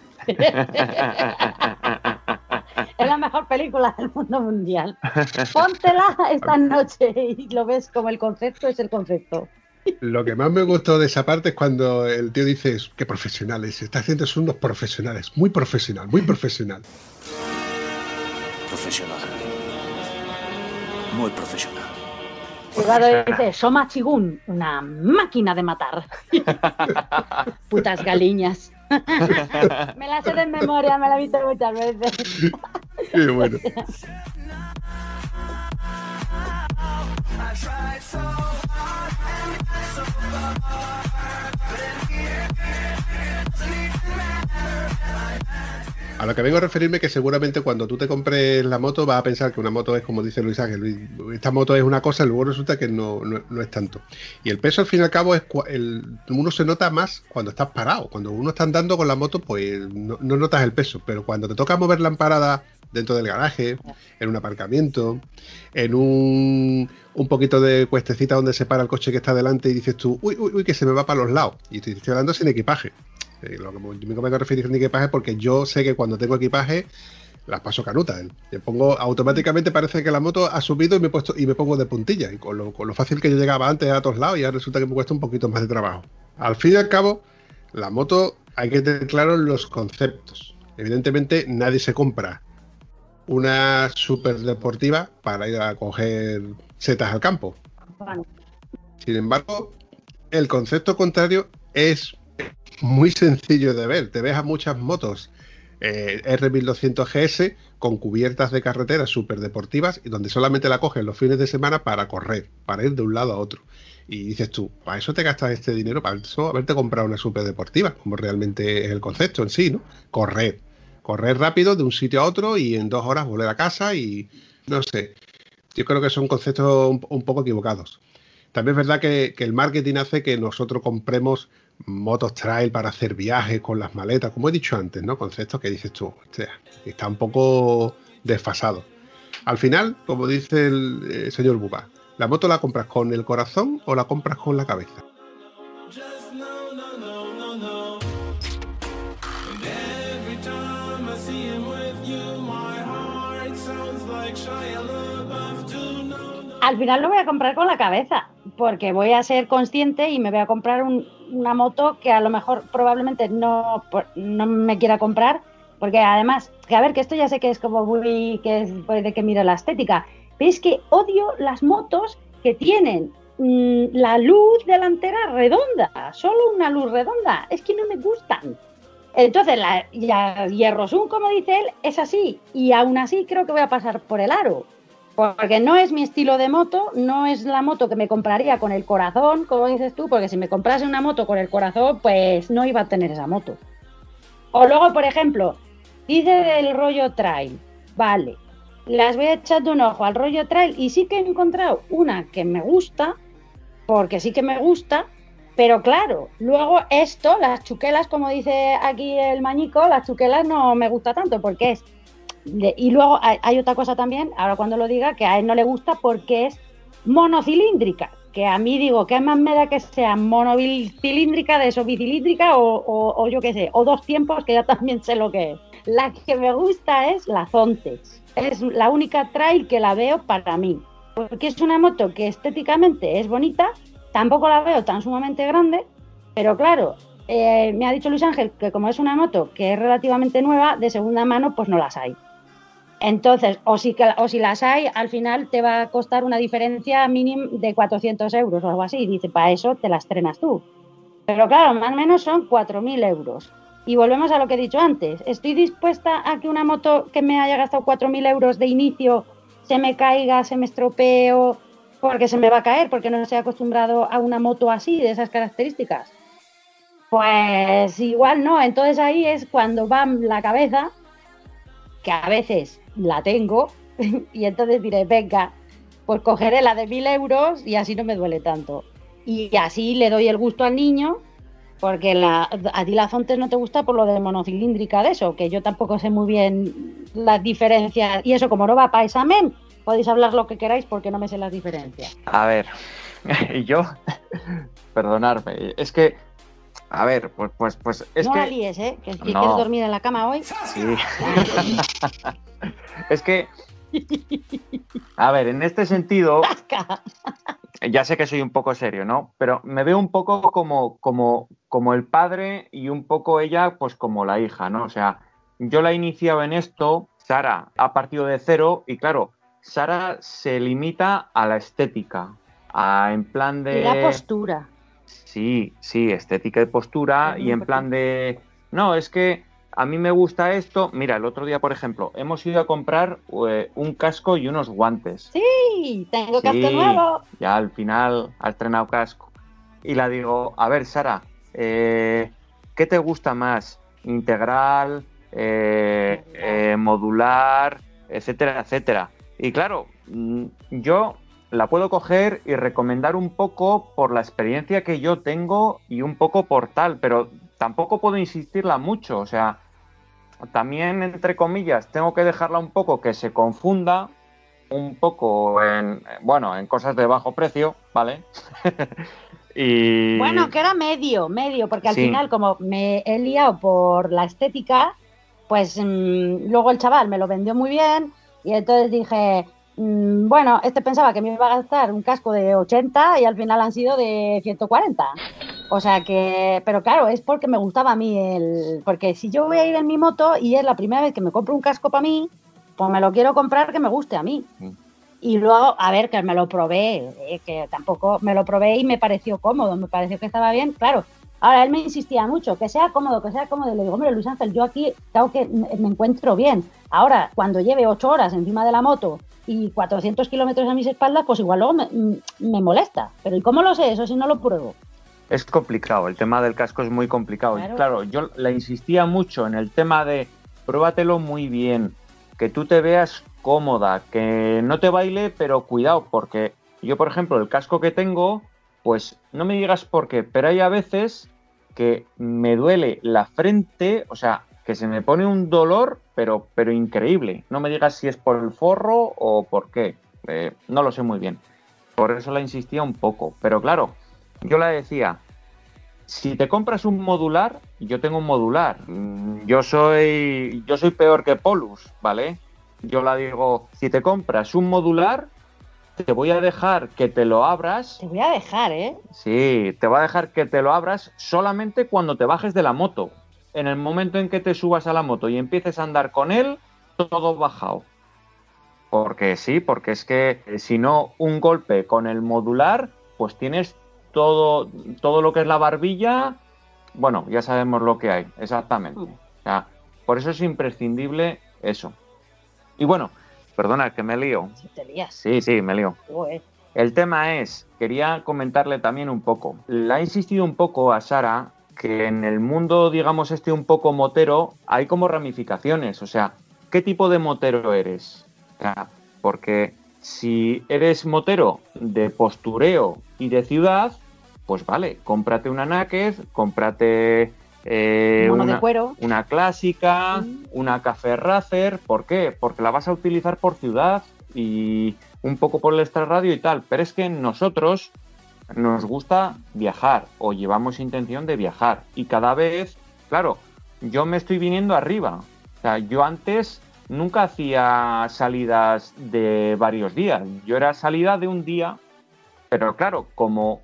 Es la mejor película del mundo mundial. Póntela esta noche y lo ves como el concepto es el concepto. Lo que más me gustó de esa parte es cuando el tío dice, qué profesionales, esta gente son unos profesionales, muy profesional, muy profesional. Profesional. Muy profesional. Cuidado, dice, Soma Chigun, una máquina de matar. Putas galiñas. Me la sé de memoria, me la he visto muchas veces. Qué bueno. A lo que vengo a referirme que seguramente cuando tú te compres la moto vas a pensar que una moto es, como dice Luis Ángel, esta moto es una cosa y luego resulta que no, no, no es tanto. Y el peso al fin y al cabo es el, uno se nota más cuando estás parado. Cuando uno está andando con la moto pues no, no notas el peso, pero cuando te toca moverla en parada dentro del garaje, en un aparcamiento, en un, un poquito de cuestecita donde se para el coche que está delante y dices tú, uy, uy, uy, que se me va para los lados. Y estoy, estoy hablando sin equipaje. Eh, lo que me vengo a referir sin equipaje porque yo sé que cuando tengo equipaje las paso canutas. ¿eh? Le pongo, automáticamente parece que la moto ha subido y me he puesto y me pongo de puntilla. Y con lo, con lo fácil que yo llegaba antes a todos lados y ahora resulta que me cuesta un poquito más de trabajo. Al fin y al cabo, la moto hay que tener claros los conceptos. Evidentemente nadie se compra una super deportiva para ir a coger setas al campo. Vale. Sin embargo, el concepto contrario es muy sencillo de ver. Te ves a muchas motos eh, R mil doscientos G S con cubiertas de carretera super deportivas y donde solamente la coges los fines de semana para correr, para ir de un lado a otro. Y dices tú, ¿para eso te gastas este dinero? Para eso haberte comprado una super deportiva, como realmente es el concepto en sí, ¿no? Correr. Correr rápido de un sitio a otro y en dos horas volver a casa y no sé. Yo creo que son conceptos un, un poco equivocados. También es verdad que, que el marketing hace que nosotros compremos motos trail para hacer viajes con las maletas, como he dicho antes, ¿no? Conceptos que dices tú, o sea, está un poco desfasado. Al final, como dice el eh, señor Buba, ¿la moto la compras con el corazón o la compras con la cabeza? Al final lo voy a comprar con la cabeza, porque voy a ser consciente y me voy a comprar un, una moto que a lo mejor probablemente no, no me quiera comprar, porque además, que a ver, que esto ya sé que es como muy, que es de que mira la estética, pero es que odio las motos que tienen mmm, la luz delantera redonda, solo una luz redonda, es que no me gustan. Entonces, la ya, Hierro Zoom, como dice él, es así, y aún así creo que voy a pasar por el aro. Porque no es mi estilo de moto, no es la moto que me compraría con el corazón, como dices tú, porque si me comprase una moto con el corazón, pues no iba a tener esa moto. O luego, por ejemplo, dice del rollo trail, vale, las voy a echar de un ojo al rollo trail y sí que he encontrado una que me gusta, porque sí que me gusta, pero claro, luego esto, las chuquelas, como dice aquí el mañico, las chuquelas no me gusta tanto, porque es... De, y luego hay, hay otra cosa también, ahora cuando lo diga, que a él no le gusta porque es monocilíndrica, que a mí digo, ¿qué más me da que sea monocilíndrica de eso, bicilíndrica o, o, o yo qué sé, o dos tiempos, que ya también sé lo que es? La que me gusta es la Zontex, es la única trail que la veo para mí, porque es una moto que estéticamente es bonita, tampoco la veo tan sumamente grande, pero claro, eh, me ha dicho Luis Ángel que como es una moto que es relativamente nueva, de segunda mano pues no las hay. Entonces, o si, o si las hay, al final te va a costar una diferencia mínima de cuatrocientos euros o algo así. Dice, para eso te las estrenas tú. Pero claro, más o menos son cuatro mil euros. Y volvemos a lo que he dicho antes. ¿Estoy dispuesta a que una moto que me haya gastado cuatro mil euros de inicio se me caiga, se me estropee, porque se me va a caer, porque no estoy acostumbrado a una moto así, de esas características? Pues igual no. Entonces ahí es cuando va la cabeza, que a veces la tengo, y entonces diré, venga, pues cogeré la de mil euros y así no me duele tanto. Y así le doy el gusto al niño, porque la, a ti la Zontes no te gusta por lo de monocilíndrica de eso, que yo tampoco sé muy bien las diferencias. Y eso, como no va para examen, podéis hablar lo que queráis porque no me sé las diferencias. A ver, y yo, perdonadme, es que, a ver, pues, pues, pues es no que... No la líes, ¿eh? Que, que no. quieres dormir en la cama hoy. Sí. Es que, a ver, en este sentido... Ya sé que soy un poco serio, ¿no? Pero me veo un poco como, como, como el padre y un poco ella, pues como la hija, ¿no? O sea, yo la he iniciado en esto, Sara ha partido de cero y claro, Sara se limita a la estética, a en plan de... Y la postura. Sí, sí, estética y postura y en plan de... No, es que a mí me gusta esto. Mira, el otro día, por ejemplo, hemos ido a comprar eh, un casco y unos guantes. Sí, tengo sí, casco nuevo. Ya al final ha estrenado casco. Y la digo, a ver, Sara, eh, ¿qué te gusta más? Integral, eh, eh, modular, etcétera, etcétera. Y claro, yo la puedo coger y recomendar un poco por la experiencia que yo tengo y un poco por tal, pero tampoco puedo insistirla mucho, o sea, también, entre comillas, tengo que dejarla un poco que se confunda un poco en, bueno, en cosas de bajo precio, ¿vale? y... Bueno, que era medio, medio, porque al sí. final, como me he liado por la estética, pues mmm, luego el chaval me lo vendió muy bien y entonces dije... Bueno, este pensaba que me iba a gastar un casco de ochenta y al final han sido de ciento cuarenta. O sea que, pero claro, es porque me gustaba a mí el... Porque si yo voy a ir en mi moto y es la primera vez que me compro un casco para mí, pues me lo quiero comprar que me guste a mí. Mm. Y luego, a ver, que me lo probé, eh, que tampoco me lo probé y me pareció cómodo, me pareció que estaba bien, claro. Ahora, él me insistía mucho, que sea cómodo, que sea cómodo. Y le digo, hombre, Luis Ángel, yo aquí claro que me encuentro bien. Ahora, cuando lleve ocho horas encima de la moto y cuatrocientos kilómetros a mis espaldas, pues igual luego me, me molesta. Pero ¿y cómo lo sé eso si no lo pruebo? Es complicado, el tema del casco es muy complicado. Claro, claro yo le insistía mucho en el tema de pruébatelo muy bien, que tú te veas cómoda, que no te baile, pero cuidado, porque yo, por ejemplo, el casco que tengo, pues no me digas por qué, pero hay a veces que me duele la frente, o sea, que se me pone un dolor, pero, pero increíble. No me digas si es por el forro o por qué, eh, no lo sé muy bien. Por eso la insistía un poco, pero claro, yo la decía, si te compras un modular, yo tengo un modular, yo soy, yo soy peor que Polus, ¿vale? Yo la digo, si te compras un modular, te voy a dejar que te lo abras. Te voy a dejar, ¿eh? Sí, te voy a dejar que te lo abras solamente cuando te bajes de la moto. En el momento en que te subas a la moto y empieces a andar con él, todo bajado. Porque sí, porque es que si no, un golpe con el modular, pues tienes todo, todo lo que es la barbilla. Bueno, ya sabemos lo que hay, exactamente. O sea, por eso es imprescindible eso. Y bueno, perdona, que me lío. Si te lías. Sí, sí, me lío. Ué. El tema es, quería comentarle también un poco. Le ha insistido un poco a Sara que en el mundo, digamos, este un poco motero, hay como ramificaciones. O sea, ¿qué tipo de motero eres? O sea, porque si eres motero de postureo y de ciudad, pues vale, cómprate una Naked, cómprate... Eh, Mono una, de cuero. una clásica, mm. una Café Racer. ¿Por qué? Porque la vas a utilizar por ciudad y un poco por el extrarradio y tal. Pero es que nosotros nos gusta viajar o llevamos intención de viajar. Y cada vez, claro, yo me estoy viniendo arriba. O sea, yo antes nunca hacía salidas de varios días. Yo era salida de un día. Pero claro, como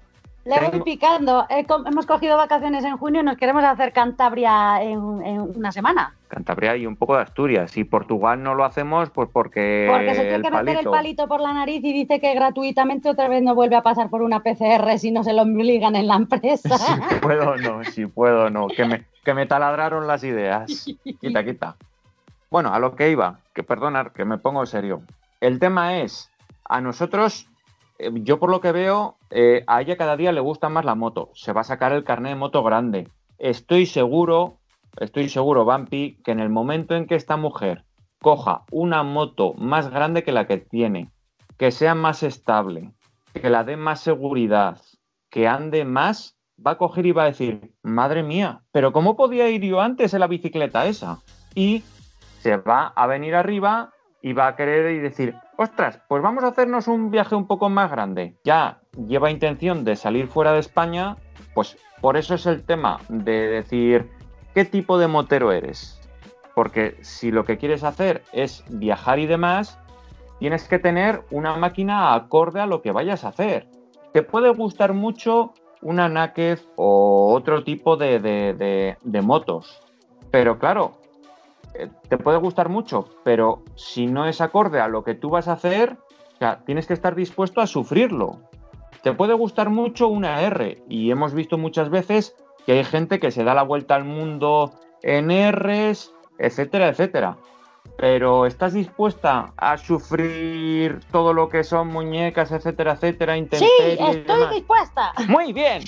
Le voy Tengo- picando. He co- hemos cogido vacaciones en junio y nos queremos hacer Cantabria en, en una semana. Cantabria y un poco de Asturias. Y Portugal no lo hacemos pues porque, Porque se tiene el que meter palito. el palito por la nariz y dice que gratuitamente otra vez no vuelve a pasar por una P C R si no se lo obligan en la empresa. Si puedo o no, si puedo o no. Que me, que me taladraron las ideas. Quita, quita. Bueno, a lo que iba, que perdonad, que me pongo serio. El tema es, a nosotros, eh, yo por lo que veo, eh, a ella cada día le gusta más la moto. Se va a sacar el carnet de moto grande. Estoy seguro, estoy seguro, Vampi, que en el momento en que esta mujer coja una moto más grande que la que tiene, que sea más estable, que la dé más seguridad, que ande más, va a coger y va a decir, madre mía, pero ¿cómo podía ir yo antes en la bicicleta esa? Y se va a venir arriba y va a querer y decir, ostras, pues vamos a hacernos un viaje un poco más grande. Ya lleva intención de salir fuera de España, pues por eso es el tema de decir, ¿qué tipo de motero eres? Porque si lo que quieres hacer es viajar y demás, tienes que tener una máquina acorde a lo que vayas a hacer. Te puede gustar mucho una Naked o otro tipo de, de, de, de motos, pero claro, eh, te puede gustar mucho, pero si no es acorde a lo que tú vas a hacer, o sea, tienes que estar dispuesto a sufrirlo. Te puede gustar mucho una R, y hemos visto muchas veces que hay gente que se da la vuelta al mundo en Rs, etcétera, etcétera. Pero ¿estás dispuesta a sufrir todo lo que son muñecas, etcétera, etcétera, Sí, intemperies y estoy demás? dispuesta. Muy bien.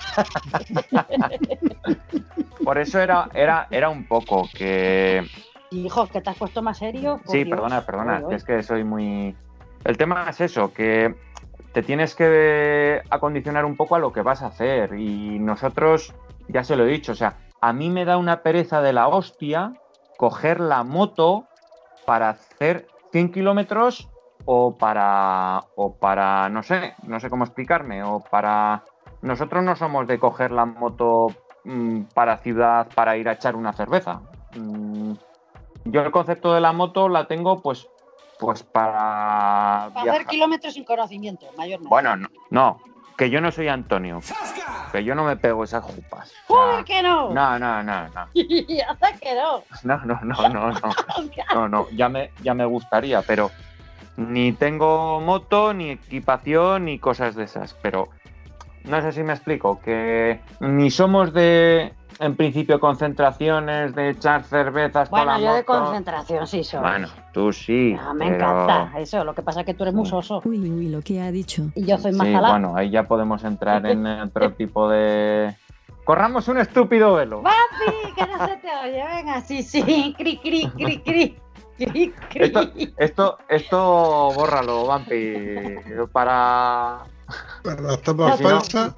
Por eso era, era, era un poco que... Hijo, que te has puesto más serio. Por Sí, Dios. perdona, perdona, Uy, uy. que es que soy muy... El tema es eso, que te tienes que acondicionar un poco a lo que vas a hacer. Y nosotros, ya se lo he dicho, o sea, a mí me da una pereza de la hostia coger la moto para hacer cien kilómetros o para, o para, no sé, no sé cómo explicarme, o para... Nosotros no somos de coger la moto mmm, para ciudad, para ir a echar una cerveza. Mm, yo el concepto de la moto la tengo pues, pues para... Para viajar. hacer kilómetros sin conocimiento, mayormente. Bueno, no, no, que yo no soy Antonio, que yo no me pego esas jupas. O sea, ¡Joder, que no! no, no, no, no. Hace que no. No, no, no, no, no. No, no, ya me, ya me gustaría, pero ni tengo moto, ni equipación, ni cosas de esas. Pero no sé si me explico, que ni somos de, en principio, concentraciones, de echar cervezas Bueno, para la yo de moto. concentración sí soy. Bueno, tú sí. Ah, me pero- encanta eso. Lo que pasa es que tú eres muy soso. Uy, uy, lo que ha dicho. Y yo soy más Sí, salada. bueno, ahí ya podemos entrar en otro tipo de... Corramos un estúpido velo. ¡Papi! Que no se te oye. Venga, sí, sí. Cri, cri, cri, cri. Cri, cri. Esto, esto, esto, bórralo, Vampi, para... Para las tapas Sí, ¿no? falsas,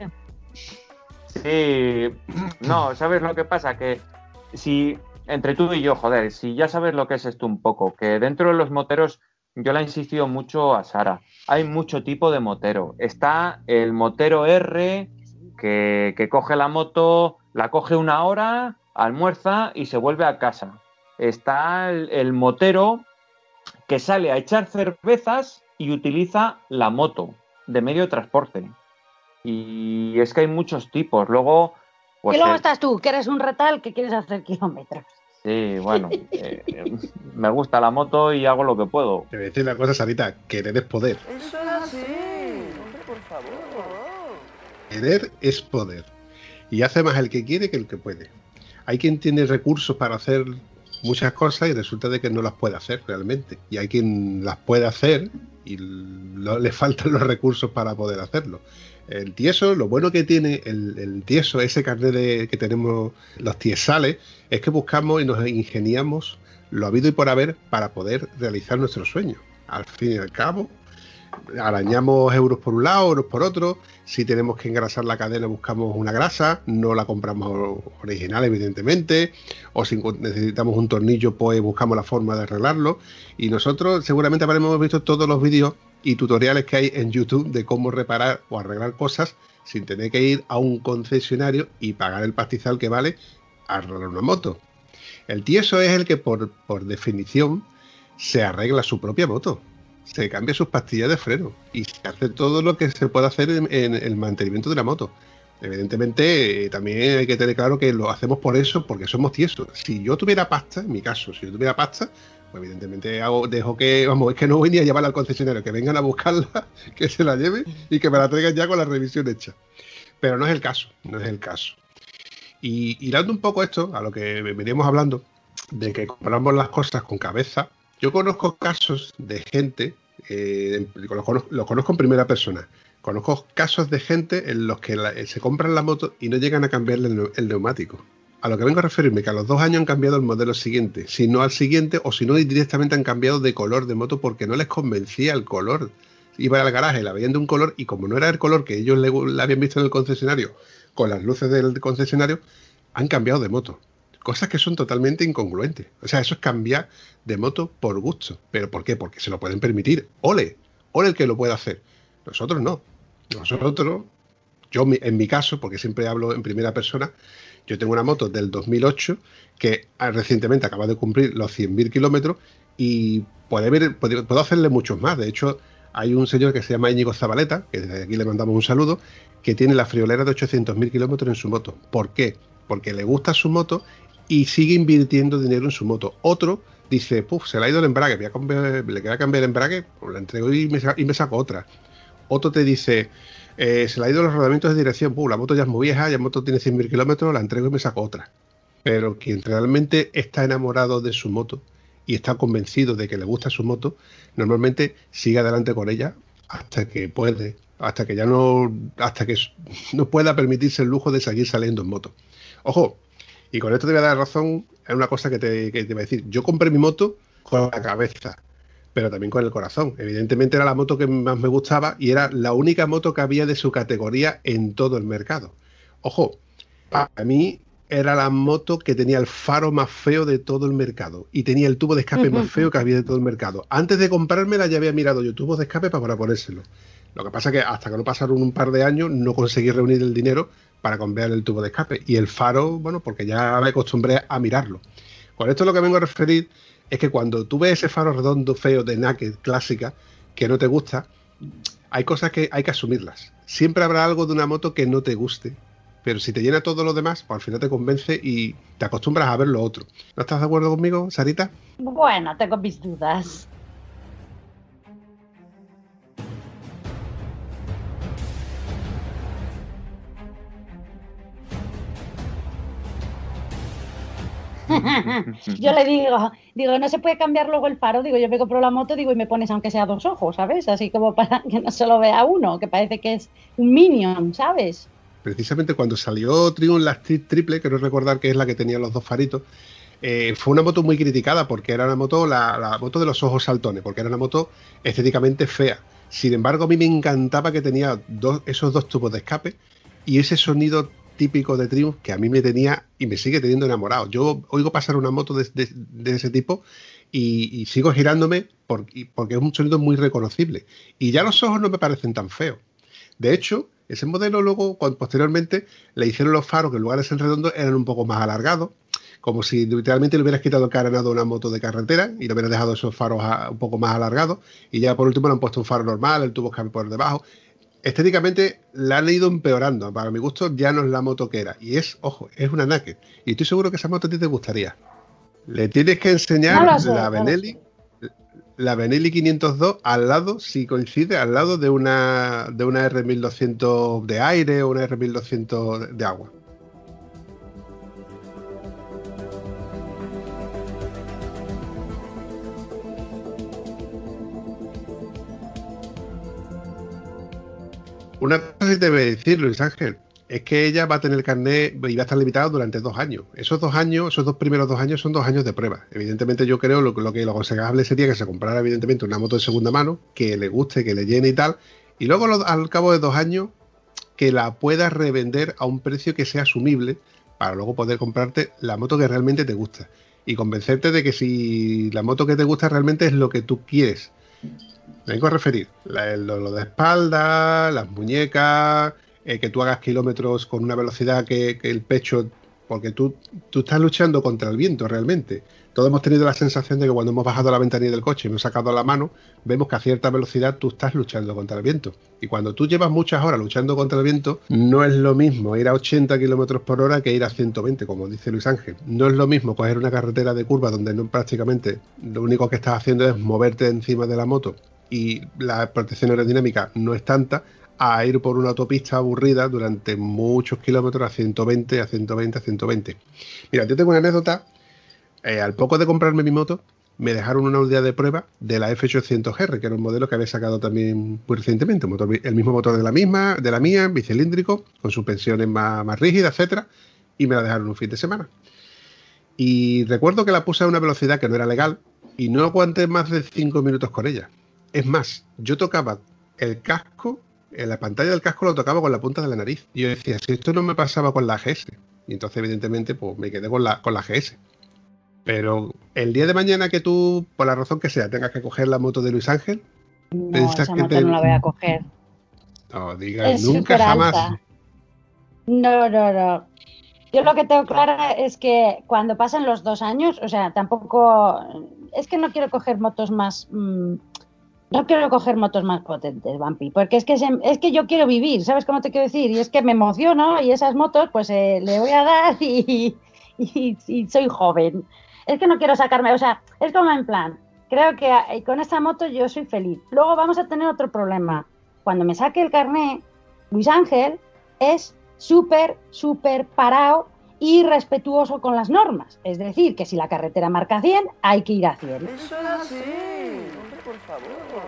Sí, no, ¿sabes lo que pasa? Que si, entre tú y yo, joder, si ya sabes lo que es esto un poco, que dentro de los moteros, yo le he insistido mucho a Sara, hay mucho tipo de motero. Está el motero R, que, que coge la moto, la coge una hora, almuerza y se vuelve a casa. Está el, el motero que sale a echar cervezas y utiliza la moto de medio de transporte. Y es que hay muchos tipos. Luego, pues, y luego eh, estás tú, que eres un retal que quieres hacer kilómetros. sí, bueno, eh, eh, me gusta la moto y hago lo que puedo. te voy a decir una cosa, Sarita, querer es poder. Eso es así. Hombre, por favor. Querer es poder. Y hace más el que quiere que el que puede. Hay quien tiene recursos para hacer muchas cosas y resulta de que no las puede hacer realmente. Y hay quien las puede hacer y lo- le faltan los recursos para poder hacerlo. El tieso, lo bueno que tiene el, el tieso, ese carnet de, que tenemos los tiesales, es que buscamos y nos ingeniamos lo habido y por haber para poder realizar nuestros sueños. Al fin y al cabo, arañamos euros por un lado, euros por otro. Si tenemos que engrasar la cadena, buscamos una grasa, no la compramos original, evidentemente. O si necesitamos un tornillo, pues buscamos la forma de arreglarlo. Y nosotros seguramente habremos visto todos los vídeos y tutoriales que hay en YouTube de cómo reparar o arreglar cosas sin tener que ir a un concesionario y pagar el pastizal que vale arreglar una moto. El tieso es el que por, por definición se arregla su propia moto. se cambia sus pastillas de freno y se hace todo lo que se puede hacer en, en el mantenimiento de la moto. Evidentemente, eh, también hay que tener claro que lo hacemos por eso, porque somos tiesos. Si yo tuviera pasta, en mi caso, si yo tuviera pasta, pues evidentemente hago, dejo que, vamos, es que no voy ni a llevarla al concesionario, que vengan a buscarla, que se la lleven y que me la traigan ya con la revisión hecha. Pero no es el caso, no es el caso. Y hilando un poco esto, a lo que veníamos hablando, de que compramos las cosas con cabeza, yo conozco casos de gente, eh, lo, conozco, lo conozco en primera persona, conozco casos de gente en los que la, se compran la moto y no llegan a cambiarle el, el neumático. A lo que vengo a referirme, que a los dos años han cambiado el modelo siguiente, si no al siguiente, o si no directamente han cambiado de color de moto porque no les convencía el color. Iban al garaje, la veían de un color y como no era el color que ellos le, le habían visto en el concesionario, con las luces del concesionario, han cambiado de moto. Cosas que son totalmente incongruentes. O sea, eso es cambiar de moto por gusto. ¿Pero por qué? Porque se lo pueden permitir. ¡Ole! ¡Ole el que lo pueda hacer! Nosotros no. Nosotros, yo en mi caso, porque siempre hablo en primera persona, yo tengo una moto del dos mil ocho que recientemente acaba de cumplir los cien mil kilómetros y puede ver, puedo, puedo hacerle muchos más. De hecho, hay un señor que se llama Íñigo Zabaleta, que desde aquí le mandamos un saludo, que tiene la friolera de ochocientos mil kilómetros en su moto. ¿Por qué? Porque le gusta su moto y sigue invirtiendo dinero en su moto. Otro dice, puf, se le ha ido el embrague, voy a cambiar, le queda cambiar el embrague, pues la entrego y me, y me saco otra. Otro te dice, eh, se le ha ido los rodamientos de dirección, puf, la moto ya es muy vieja, ya la moto tiene cien mil kilómetros, la entrego y me saco otra. Pero quien realmente está enamorado de su moto y está convencido de que le gusta su moto, normalmente sigue adelante con ella hasta que puede, hasta que ya no, hasta que no pueda permitirse el lujo de seguir saliendo en moto. Ojo, y con esto te voy a dar razón en una cosa que te, que te voy a decir. Yo compré mi moto con la cabeza, pero también con el corazón. Evidentemente era la moto que más me gustaba y era la única moto que había de su categoría en todo el mercado. Ojo, para mí era la moto que tenía el faro más feo de todo el mercado y tenía el tubo de escape más feo que había de todo el mercado. Antes de comprármela ya había mirado yo tubos de escape para ponérselo. Lo que pasa es que hasta que no pasaron un par de años no conseguí reunir el dinero para cambiar el tubo de escape. Y el faro, bueno, porque ya me acostumbré a mirarlo. Con esto lo que vengo a referir es que cuando tú ves ese faro redondo, feo, de Naked, clásica, que no te gusta, hay cosas que hay que asumirlas. Siempre habrá algo de una moto que no te guste, pero si te llena todo lo demás, pues al final te convence y te acostumbras a ver lo otro. ¿No estás de acuerdo conmigo, Sarita? Bueno, tengo mis dudas. Yo le digo, digo, no se puede cambiar luego el faro, digo, yo me compro la moto, digo, y me pones aunque sea dos ojos, ¿sabes? Así como para que no se lo vea uno, que parece que es un Minion, ¿sabes? Precisamente cuando salió Triumph la Street Triple, quiero recordar que es la que tenía los dos faritos, eh, fue una moto muy criticada porque era una moto, la, la moto de los ojos saltones, porque era una moto estéticamente fea. Sin embargo, a mí me encantaba que tenía dos, esos dos tubos de escape y ese sonido típico de Triumph que a mí me tenía y me sigue teniendo enamorado. Yo oigo pasar una moto de, de, de ese tipo y, y sigo girándome por, porque es un sonido muy reconocible. Y ya los ojos no me parecen tan feos. De hecho, ese modelo luego, cuando, posteriormente, le hicieron los faros que en lugar de ser redondos eran un poco más alargados, como si literalmente le hubieras quitado el carenado a una moto de carretera y le hubieras dejado esos faros a, un poco más alargados y ya por último le han puesto un faro normal, el tubo escape por debajo. Estéticamente la han ido empeorando. Para mi gusto ya no es la moto que era. Y es, ojo, es una Naked. Y estoy seguro que esa moto a ti te gustaría. Le tienes que enseñar no sé, la Benelli, no la Benelli quinientos dos al lado, si coincide, al lado de una de una R mil doscientos de aire o una R mil doscientos de agua. Una cosa que te voy a decir, Luis Ángel, es que ella va a tener carnet y va a estar limitada durante dos años. Esos dos años, esos dos primeros dos años son dos años de prueba. Evidentemente yo creo lo, lo que lo aconsejable sería que se comprara evidentemente una moto de segunda mano, que le guste, que le llene y tal, y luego lo, al cabo de dos años que la puedas revender a un precio que sea asumible para luego poder comprarte la moto que realmente te gusta y convencerte de que si la moto que te gusta realmente es lo que tú quieres. Me vengo a referir, la, lo, lo de espalda, las muñecas, eh, que tú hagas kilómetros con una velocidad que, que el pecho porque tú, tú estás luchando contra el viento realmente. Todos hemos tenido la sensación de que cuando hemos bajado la ventanilla del coche y hemos sacado la mano, vemos que a cierta velocidad tú estás luchando contra el viento. Y cuando tú llevas muchas horas luchando contra el viento, no es lo mismo ir a ochenta kilómetros por hora que ir a ciento veinte, como dice Luis Ángel. No es lo mismo coger una carretera de curva donde no prácticamente lo único que estás haciendo es moverte encima de la moto y la protección aerodinámica no es tanta, a ir por una autopista aburrida durante muchos kilómetros a ciento veinte, a ciento veinte, a ciento veinte. Mira, yo tengo una anécdota. Eh, al poco de comprarme mi moto, me dejaron una unidad de prueba de la F ochocientos R, que era un modelo que había sacado también muy recientemente, un motor, el mismo motor de la misma, de la mía, bicilíndrico, con suspensiones más, más rígidas, etcétera, y me la dejaron un fin de semana. Y recuerdo que la puse a una velocidad que no era legal y no aguanté más de cinco minutos con ella. Es más, yo tocaba el casco, en la pantalla del casco lo tocaba con la punta de la nariz. Y yo decía, si esto no me pasaba con la G S. Y entonces, evidentemente, pues me quedé con la, con la G S. Pero el día de mañana que tú, por la razón que sea, tengas que coger la moto de Luis Ángel, no, esa que moto te... no la voy a coger. No, digas Es nunca jamás. alta. No, no, no. Yo lo que tengo claro es que cuando pasen los dos años, o sea, tampoco... Es que no quiero coger motos más... Mmm, no quiero coger motos más potentes, Vampi, porque es que, se, es que yo quiero vivir, ¿sabes cómo te quiero decir? Y es que me emociono y esas motos, pues eh, le voy a dar y, y, y soy joven. Es que no quiero sacarme, o sea, es como en plan, creo que con esta moto yo soy feliz. Luego vamos a tener otro problema. Cuando me saque el carné, Luis Ángel es súper, súper parado y respetuoso con las normas. Es decir, que si la carretera marca cien, hay que ir a cien. Eso es así. Hombre, por favor.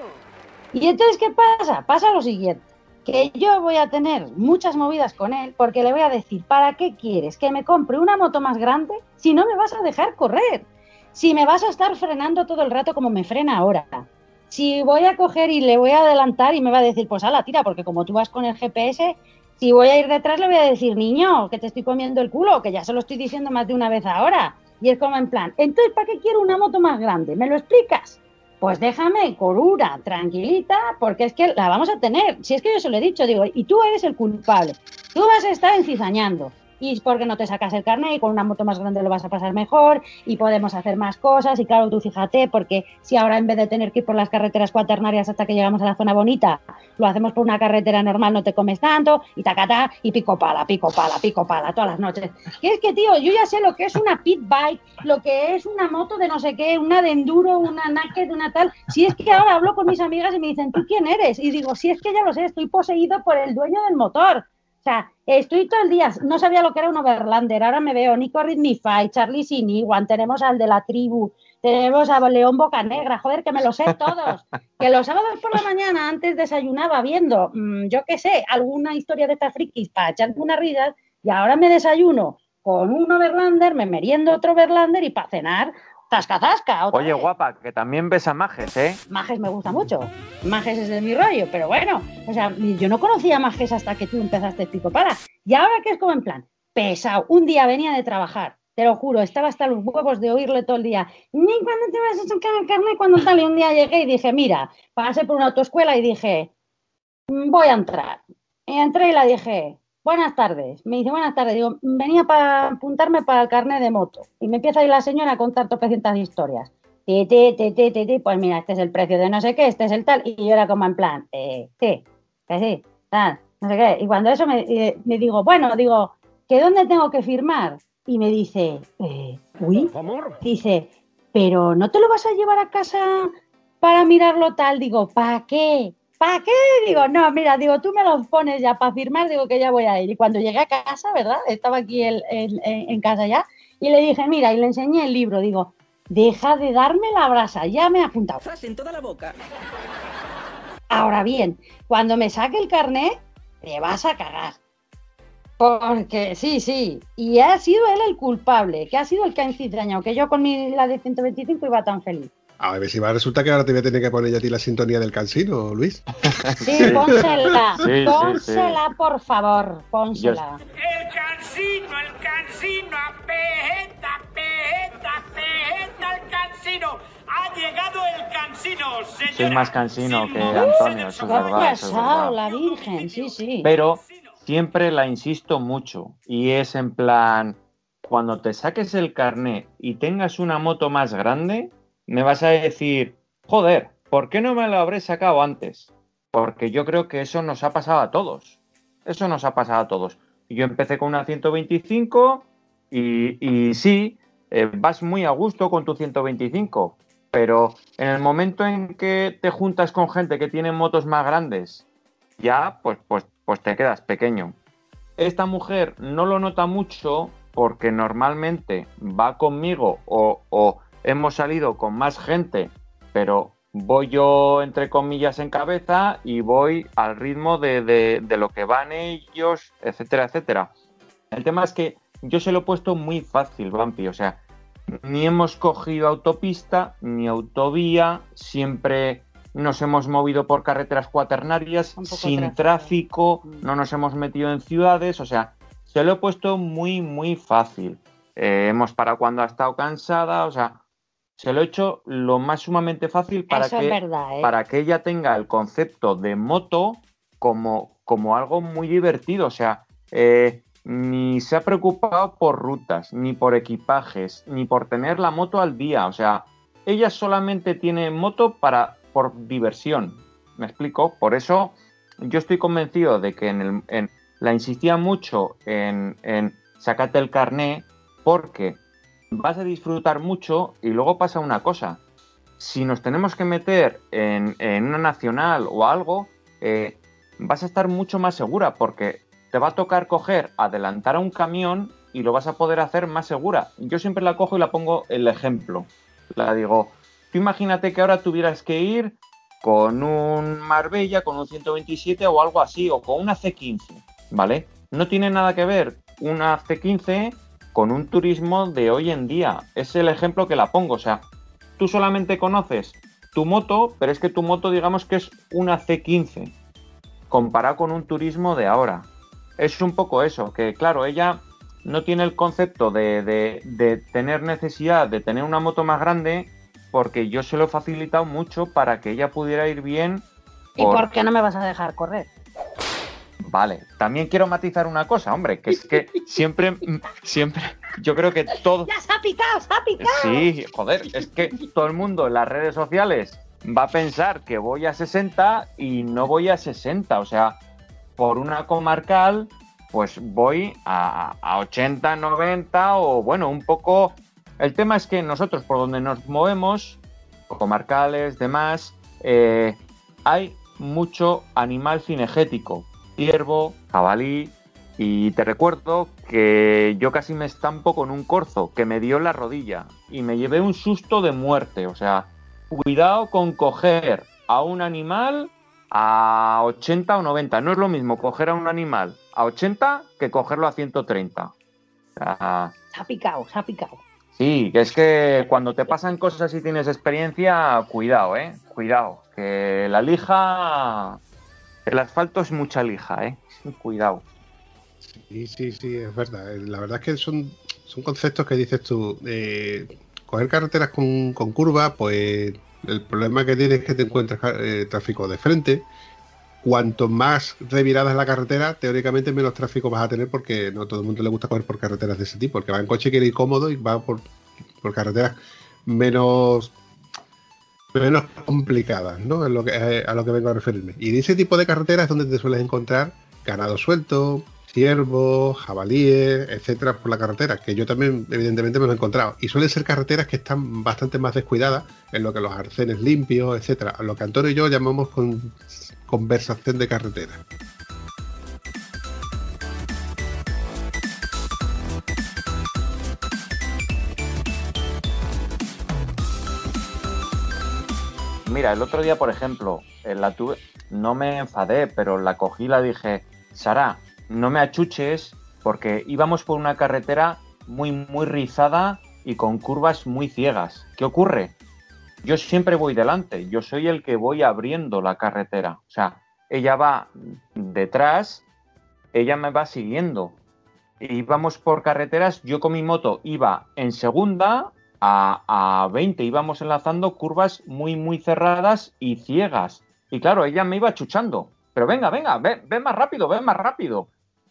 Y entonces, ¿qué pasa? Pasa lo siguiente, que yo voy a tener muchas movidas con él porque le voy a decir, ¿para qué quieres que me compre una moto más grande si no me vas a dejar correr? Si me vas a estar frenando todo el rato como me frena ahora. Si voy a coger y le voy a adelantar y me va a decir, pues ala, tira, porque como tú vas con el G P S... Si voy a ir detrás le voy a decir, niño, que te estoy comiendo el culo, que ya se lo estoy diciendo más de una vez ahora. Y es como en plan, entonces, ¿para qué quiero una moto más grande? ¿Me lo explicas? Pues déjame con una, tranquilita, porque es que la vamos a tener. Si es que yo se lo he dicho, digo, y tú eres el culpable. Tú vas a estar encizañando. Y es porque no te sacas el carnet y con una moto más grande lo vas a pasar mejor y podemos hacer más cosas. Y claro, tú fíjate, porque si ahora en vez de tener que ir por las carreteras cuaternarias hasta que llegamos a la zona bonita, lo hacemos por una carretera normal, no te comes tanto, y tacatá, y pico pala, pico pala, pico pala, todas las noches. Y es que, tío, yo ya sé lo que es una pit bike, lo que es una moto de no sé qué, una de enduro, una naked, una tal. Si es que ahora hablo con mis amigas y me dicen, ¿tú quién eres? Y digo, si es que ya lo sé, estoy poseído por el dueño del motor. O sea, estoy todo el día, no sabía lo que era un overlander, ahora me veo Nico Ritmify, Charlie Siniguan, tenemos al de la tribu, tenemos a León Bocanegra, joder, que me los sé todos, que los sábados por la mañana antes desayunaba viendo, mmm, yo qué sé, alguna historia de estas frikis para echarme unas risas, y ahora me desayuno con un overlander, me meriendo otro overlander y para cenar, zasca, zasca. Oye, vez. Guapa, que también ves a Majes, ¿eh? Majes me gusta mucho. Majes es de mi rollo, pero bueno, o sea, yo no conocía a Majes hasta que tú empezaste pico para. Y ahora que es como en plan, pesado, un día venía de trabajar, te lo juro, estaba hasta los huevos de oírle todo el día. Ni cuando te vas a sacar el carnet, cuando tal, y un día llegué y dije, mira, pasé por una autoescuela y dije, voy a entrar. Y entré y la dije, buenas tardes. Me dice, buenas tardes. Digo, venía para apuntarme para el carnet de moto. Y me empieza ahí la señora a contar tropecientas historias. Ti, ti, ti, ti, ti, ti. Pues mira, este es el precio de no sé qué, este es el tal. Y yo era como en plan, eh, sí, que sí, tal, no sé qué. Y cuando eso me, eh, me digo, bueno, digo, ¿que dónde tengo que firmar? Y me dice, eh, uy, dice, pero ¿no te lo vas a llevar a casa para mirarlo tal? Digo, ¿para qué? ¿Para qué? Digo, no, mira, digo, tú me los pones ya para firmar, digo que ya voy a ir. Y cuando llegué a casa, ¿verdad? Estaba aquí el, el, en, en casa ya, y le dije, mira, y le enseñé el libro, digo, deja de darme la brasa, ya me he apuntado. En toda la boca. Ahora bien, cuando me saque el carnet, te vas a cagar. Porque sí, sí, y ha sido él el culpable, que ha sido el que ha encitrañado, que yo con mi, la de ciento veinticinco iba tan feliz. A ver si va a resultar que ahora te voy a tener que poner ya a ti la sintonía del Cansino, Luis. Sí, pónsela, sí, pónsela, sí, sí. por favor, pónsela. El Cansino, el Cansino, apeta, apeta, apeta, el Cansino. Ha llegado el Cansino, señora. Soy más cansino Sin que moverse Antonio, del eso es sofá. verdad, eso es verdad. Pasado, la Virgen, sí, sí. Pero siempre la insisto mucho y es en plan, cuando te saques el carné y tengas una moto más grande, me vas a decir, joder, ¿por qué no me lo habré sacado antes? Porque yo creo que eso nos ha pasado a todos. Eso nos ha pasado a todos. Yo empecé con una ciento veinticinco y, y sí, eh, vas muy a gusto con tu ciento veinticinco, pero en el momento en que te juntas con gente que tiene motos más grandes, ya pues, pues, pues te quedas pequeño. Esta mujer no lo nota mucho porque normalmente va conmigo o, o hemos salido con más gente, pero voy yo, entre comillas, en cabeza y voy al ritmo de, de, de lo que van ellos, etcétera, etcétera. El tema es que yo se lo he puesto muy fácil, Vampi, o sea, ni hemos cogido autopista ni autovía, siempre nos hemos movido por carreteras cuaternarias, sin tráfico, no nos hemos metido en ciudades, o sea, se lo he puesto muy, muy fácil. Eh, hemos parado cuando ha estado cansada, o sea, se lo he hecho lo más sumamente fácil para, Eso que, es verdad, ¿eh? para que ella tenga el concepto de moto como, como algo muy divertido, o sea, eh, ni se ha preocupado por rutas, ni por equipajes, ni por tener la moto al día, o sea, ella solamente tiene moto para... por diversión, ¿me explico? Por eso yo estoy convencido de que en el, en, la insistía mucho en, en sácate el carné porque vas a disfrutar mucho y luego pasa una cosa. Si nos tenemos que meter en, en una nacional o algo, eh, vas a estar mucho más segura porque te va a tocar coger, adelantar a un camión y lo vas a poder hacer más segura. Yo siempre la cojo y la pongo el ejemplo. La digo... Tú imagínate que ahora tuvieras que ir con un Marbella, con un ciento veintisiete o algo así, o con una C quince, ¿vale? No tiene nada que ver una C quince con un turismo de hoy en día. Es el ejemplo que la pongo, o sea, tú solamente conoces tu moto, pero es que tu moto digamos que es una C quince, comparado con un turismo de ahora. Es un poco eso, que claro, ella no tiene el concepto de, de, de tener necesidad de tener una moto más grande, porque yo se lo he facilitado mucho para que ella pudiera ir bien. Por... ¿Y por qué no me vas a dejar correr? Vale, también quiero matizar una cosa, hombre, que es que siempre, siempre, yo creo que todo... ¡Ya se ha picado, se ha picado! Sí, joder, es que todo el mundo en las redes sociales va a pensar que voy a sesenta y no voy a sesenta, o sea, por una comarcal, pues voy a, a ochenta, noventa o bueno, un poco... El tema es que nosotros, por donde nos movemos, comarcales, demás, eh, hay mucho animal cinegético, ciervo, jabalí, y te recuerdo que yo casi me estampo con un corzo que me dio en la rodilla y me llevé un susto de muerte. O sea, cuidado con coger a un animal a ochenta o noventa. No es lo mismo coger a un animal a ochenta que cogerlo a ciento treinta. O sea, se ha picado, se ha picado. Sí, que es que cuando te pasan cosas y tienes experiencia, cuidado, ¿eh? Cuidado, que la lija, el asfalto es mucha lija, ¿eh? Cuidado. Sí, sí, sí, es verdad. La verdad es que son, son conceptos que dices tú. Eh, coger carreteras con, con curva, pues el problema que tienes es que te encuentras eh, tráfico de frente. Cuanto más revirada es la carretera, teóricamente menos tráfico vas a tener porque no todo el mundo le gusta coger por carreteras de ese tipo. El que va en coche quiere ir cómodo y va por, por carreteras menos, menos complicadas, ¿no? Es lo que, a lo que vengo a referirme. Y de ese tipo de carreteras es donde te sueles encontrar ganado suelto, ciervos, jabalíes, etcétera, por la carretera, que yo también evidentemente me lo he encontrado. Y suelen ser carreteras que están bastante más descuidadas en lo que los arcenes limpios, etcétera. A lo que Antonio y yo llamamos con conversación de carretera. Mira, el otro día, por ejemplo, la tuve, no me enfadé, pero la cogí y la dije, Sara, no me achuches porque íbamos por una carretera muy, muy rizada y con curvas muy ciegas. ¿Qué ocurre? Yo siempre voy delante, yo soy el que voy abriendo la carretera. O sea, ella va detrás, ella me va siguiendo. Íbamos por carreteras, yo con mi moto iba en segunda a, a veinte, íbamos enlazando curvas muy, muy cerradas y ciegas. Y claro, ella me iba achuchando. Pero venga, venga, ven, ven más rápido, ven más rápido.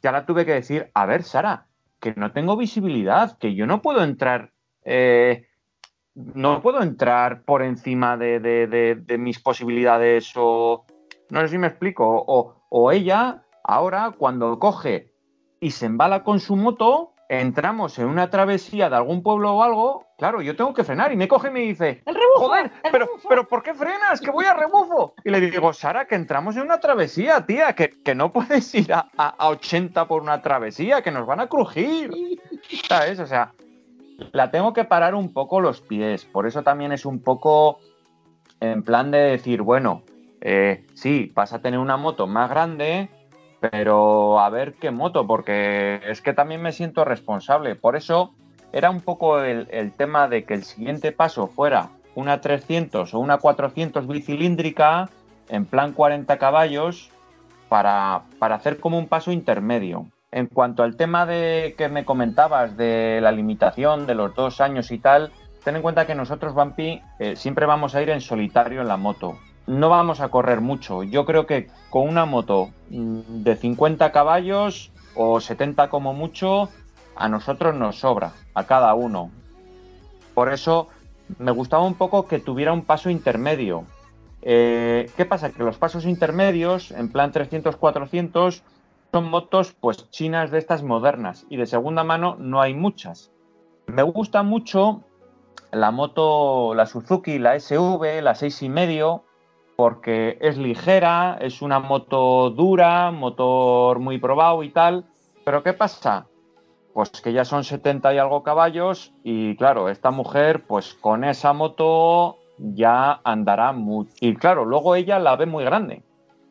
ya la tuve que decir, a ver, Sara, que no tengo visibilidad, que yo no puedo entrar, eh, no puedo entrar por encima de, de, de, de mis posibilidades o, no sé si me explico, o, o ella ahora cuando coge y se embala con su moto, entramos en una travesía de algún pueblo o algo, claro, yo tengo que frenar y me coge y me dice, ¡el rebufo! joder, el pero, rebufo. pero ¿por qué frenas? Que voy a rebufo. Y le digo, Sara, que entramos en una travesía, tía, que, que no puedes ir a, a, a ochenta por una travesía, que nos van a crujir. ¿Sabes? O sea, la tengo que parar un poco los pies. Por eso también es un poco en plan de decir, bueno, eh, sí, vas a tener una moto más grande, pero a ver qué moto, porque es que también me siento responsable. Por eso era un poco el, el tema de que el siguiente paso fuera una trescientos o una cuatrocientos bicilíndrica, en plan cuarenta caballos, para, para hacer como un paso intermedio. En cuanto al tema de que me comentabas de la limitación de los dos años y tal, ten en cuenta que nosotros, Vampi, eh, siempre vamos a ir en solitario en la moto. No vamos a correr mucho. Yo creo que con una moto de cincuenta caballos o setenta como mucho, a nosotros nos sobra, a cada uno. Por eso me gustaba un poco que tuviera un paso intermedio. Eh, ¿Qué pasa? Que los pasos intermedios, en plan trescientos, cuatrocientos, son motos pues chinas de estas modernas y de segunda mano no hay muchas. Me gusta mucho la moto, la Suzuki, la S V, la seis y medio, porque es ligera, es una moto dura, motor muy probado y tal. Pero ¿qué pasa? Pues que ya son setenta y algo caballos y claro, esta mujer pues con esa moto ya andará mucho. Y claro, luego ella la ve muy grande.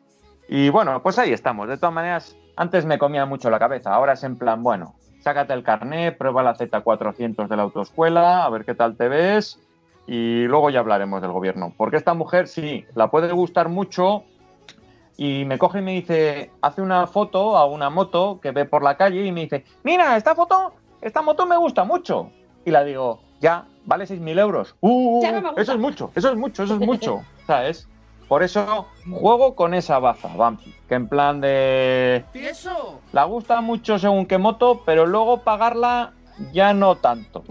Y bueno, pues ahí estamos. De todas maneras, antes me comía mucho la cabeza, ahora es en plan, bueno, sácate el carnet, prueba la Z cuatrocientos de la autoescuela, a ver qué tal te ves y luego ya hablaremos del gobierno. Porque esta mujer sí, la puede gustar mucho y me coge y me dice, hace una foto a una moto que ve por la calle y me dice, mira, esta foto, esta moto me gusta mucho. Y la digo, ya, vale seis mil euros. Uh, Ya no me gusta. eso es mucho, eso es mucho, eso es mucho, ¿sabes? Por eso juego con esa baza, Vampi, que en plan de... ¡Tieso! La gusta mucho según qué moto, pero luego pagarla ya no tanto.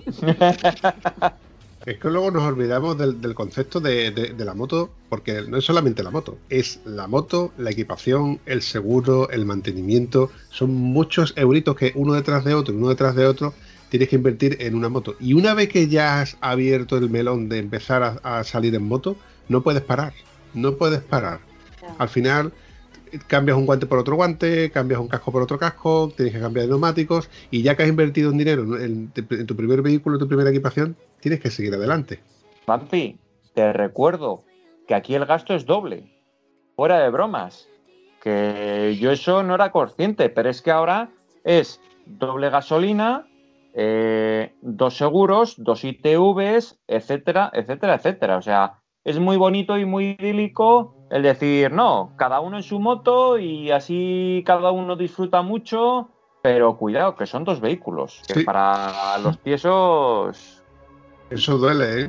Es que luego nos olvidamos del, del concepto de, de, de la moto, porque no es solamente la moto, es la moto, la equipación, el seguro, el mantenimiento. Son muchos euritos que uno detrás de otro, uno detrás de otro, tienes que invertir en una moto. Y una vez que ya has abierto el melón de empezar a, a salir en moto, no puedes parar, no puedes parar. Al final cambias un guante por otro guante, cambias un casco por otro casco, tienes que cambiar de neumáticos y ya que has invertido en dinero en, en tu primer vehículo, en tu primera equipación, tienes que seguir adelante. Vampi, te recuerdo que aquí el gasto es doble, fuera de bromas, que yo eso no era consciente, pero es que ahora es doble gasolina, eh, dos seguros, dos I T Vs, etcétera, etcétera, etcétera. O sea, es muy bonito y muy idílico el decir, no, cada uno en su moto y así cada uno disfruta mucho, pero cuidado, que son dos vehículos, que Sí. para los tiesos... Eso duele, ¿eh?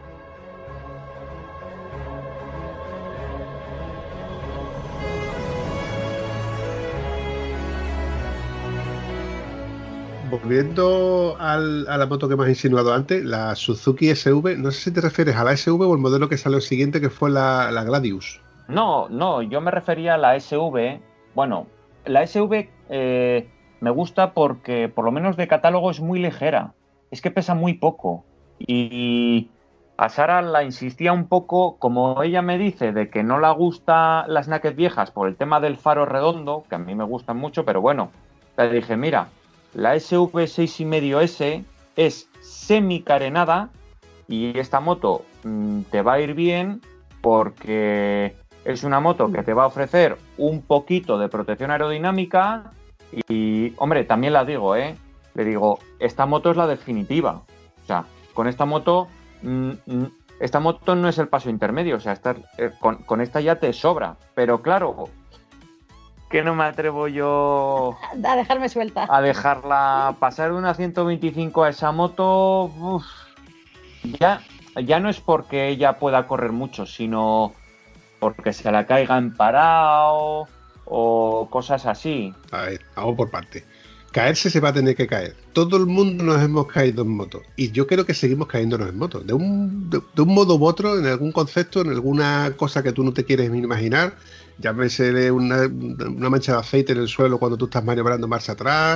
Volviendo al, a la moto que me has insinuado antes, la Suzuki S V, no sé si te refieres a la S V o el modelo que salió siguiente, que fue la, la Gladius. No, no, yo me refería a la S V. Bueno, la S V eh, me gusta porque por lo menos de catálogo es muy ligera. Es que pesa muy poco. Y a Sara la insistía un poco, como ella me dice, de que no le gusta las naked viejas por el tema del faro redondo, que a mí me gustan mucho, pero bueno, le dije, mira, la S V seis y medio S es semi-carenada y esta moto mmm, te va a ir bien porque es una moto que te va a ofrecer un poquito de protección aerodinámica y, hombre, también la digo, ¿eh? Le digo, esta moto es la definitiva. O sea, con esta moto, mmm, esta moto no es el paso intermedio, o sea, esta, eh, con, con esta ya te sobra. Pero claro, que no me atrevo yo A dejarme suelta. a dejarla pasar de una ciento veinticinco a esa moto. Uf, ya, ya no es porque ella pueda correr mucho, sino porque se la caiga en parado o cosas así. A ver, vamos por parte. Caerse se va a tener que caer. Todo el mundo nos hemos caído en moto. Y yo creo que seguimos cayéndonos en moto. De un, de, de un modo u otro, en algún concepto, en alguna cosa que tú no te quieres ni imaginar. Llámese una, una mancha de aceite en el suelo cuando tú estás maniobrando marcha atrás.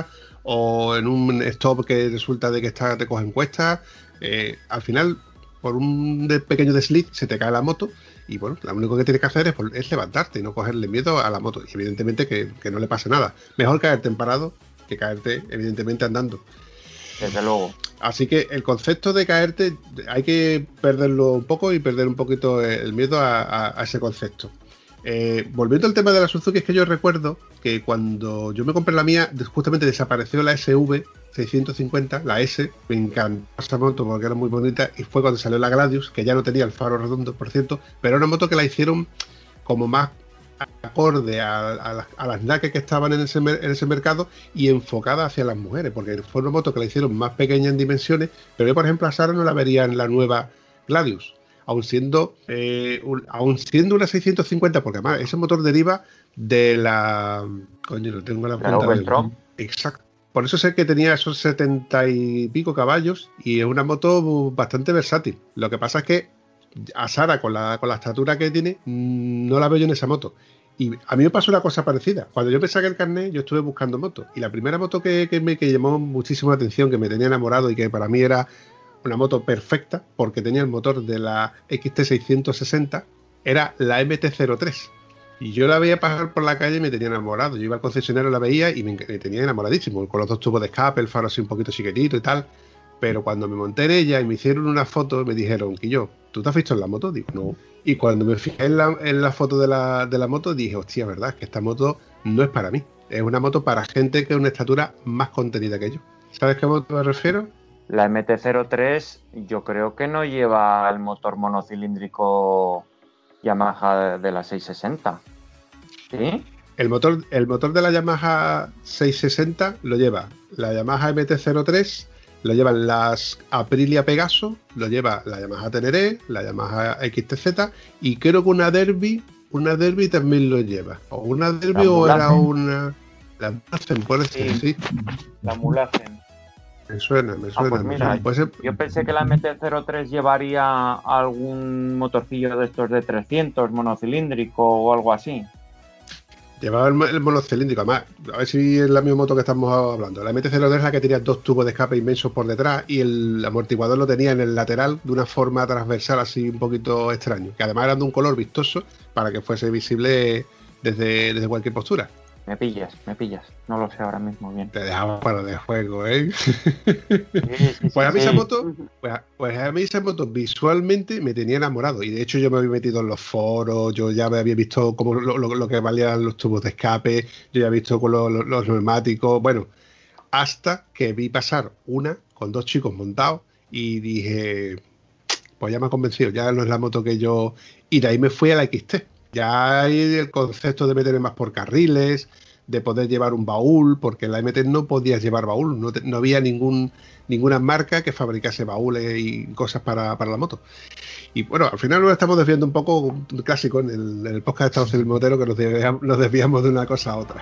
O en un stop que resulta de que está, te cogen cuestas. Eh, al final, por un de pequeño desliz, se te cae la moto. Y bueno, lo único que tienes que hacer es, es levantarte y no cogerle miedo a la moto. Y evidentemente que, que no le pase nada. Mejor caerte en parado que caerte, evidentemente, andando. Desde luego. Así que el concepto de caerte hay que perderlo un poco y perder un poquito el miedo a, a, a ese concepto. Eh, volviendo al tema de la Suzuki, es que yo recuerdo que cuando yo me compré la mía, justamente desapareció la S V seiscientos cincuenta, la S, me encantó esa moto porque era muy bonita, y fue cuando salió la Gladius, que ya no tenía el faro redondo, por cierto, pero era una moto que la hicieron como más acorde a, a, las, a las naques que estaban en ese, en ese mercado y enfocada hacia las mujeres, porque fue una moto que la hicieron más pequeña en dimensiones, pero yo, por ejemplo, a Sara no la vería en la nueva Gladius, aun siendo, eh, un, aun siendo una seiscientos cincuenta, porque además ese motor deriva de la... Coño, lo tengo en la punta del... Exacto. Por eso sé que tenía esos setenta y pico caballos y es una moto bastante versátil. Lo que pasa es que a Sara, con la, con la estatura que tiene, no la veo yo en esa moto. Y a mí me pasó una cosa parecida. Cuando yo me saqué el carnet, yo estuve buscando motos. Y la primera moto que, que me que llamó muchísimo la atención, que me tenía enamorado y que para mí era una moto perfecta, porque tenía el motor de la X T seiscientos sesenta, era la M T cero tres. Y yo la veía pasar por la calle y me tenía enamorado. Yo iba al concesionario, la veía y me, me tenía enamoradísimo, con los dos tubos de escape, el faro así un poquito chiquitito y tal. Pero cuando me monté en ella y me hicieron una foto, me dijeron, Quillo, ¿tú te has visto en la moto? Digo, no. Y cuando me fijé en la, en la foto de la, de la moto, dije, hostia, verdad, que esta moto no es para mí. Es una moto para gente que es una estatura más contenida que yo. ¿Sabes qué moto me refiero? La M T cero tres yo creo que no lleva el motor monocilíndrico Yamaha de la seiscientos sesenta. ¿Sí? El motor, el motor de la Yamaha seiscientos sesenta lo lleva la Yamaha M T cero tres, lo llevan las Aprilia Pegaso, lo lleva la Yamaha Teneré, la Yamaha X T Z y creo que una Derby, una Derby también lo lleva. O una Derby o era una... La Mulacen, puede ser, sí. La Mulacen. Me suena, me suena. Ah, pues mira, me suena. Yo pensé que la M T cero tres llevaría algún motorcillo de estos de trescientos, monocilíndrico o algo así. Llevaba el, el monocilíndrico, además, a ver si es la misma moto que estamos hablando. La M T cero tres es la que tenía dos tubos de escape inmensos por detrás y el amortiguador lo tenía en el lateral de una forma transversal así un poquito extraño, que además era de un color vistoso para que fuese visible desde, desde cualquier postura. Me pillas, me pillas. No lo sé ahora mismo bien. Te dejamos para de juego, ¿eh? Sí, sí, pues a mí sí. esa moto, pues a, pues a mí esa moto visualmente me tenía enamorado. Y de hecho yo me había metido en los foros, yo ya me había visto como lo, lo, lo que valían los tubos de escape, yo ya había visto con lo, lo, los neumáticos, bueno, hasta que vi pasar una con dos chicos montados y dije, pues ya me ha convencido, ya no es la moto que yo... Y de ahí me fui a la X T. Ya hay el concepto de meterme más por carriles, de poder llevar un baúl, porque en la M T no podías llevar baúl, no, te, no había ningún ninguna marca que fabricase baúles y cosas para, para la moto. Y bueno, al final nos estamos desviando un poco, un clásico en el, en el podcast de Estado Civil Motero, que nos desviamos, nos desviamos de una cosa a otra.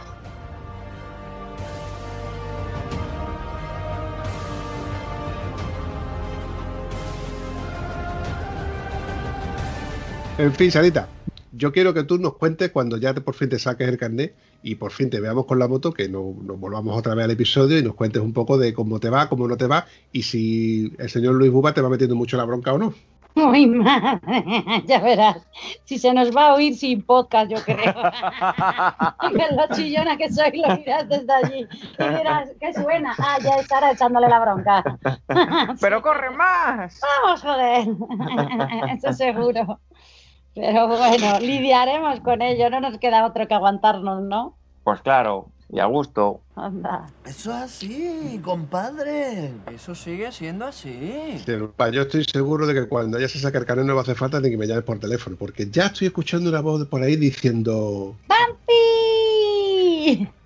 En fin, Sarita, yo quiero que tú nos cuentes cuando ya te, por fin te saques el carnet y por fin te veamos con la moto, que no, nos volvamos otra vez al episodio y nos cuentes un poco de cómo te va, cómo no te va y si el señor Luis Buba te va metiendo mucho la bronca o no. Muy mal, ya verás. Si se nos va a oír sin podcast, yo creo. Que lo chillona que soy, lo miras desde allí. Y dirás, ¿qué suena? Ah, ya es Sara echándole la bronca. ¡Pero corre más! Vamos, joder. Eso seguro. Pero bueno, lidiaremos con ello, no nos queda otro que aguantarnos, ¿no? Pues claro, y a gusto. Anda. Eso es así, compadre. Eso sigue siendo así. Yo estoy seguro de que cuando ya se saque el carnet no va a hacer falta ni que me llames por teléfono, porque ya estoy escuchando una voz por ahí diciendo... ¡Pampi!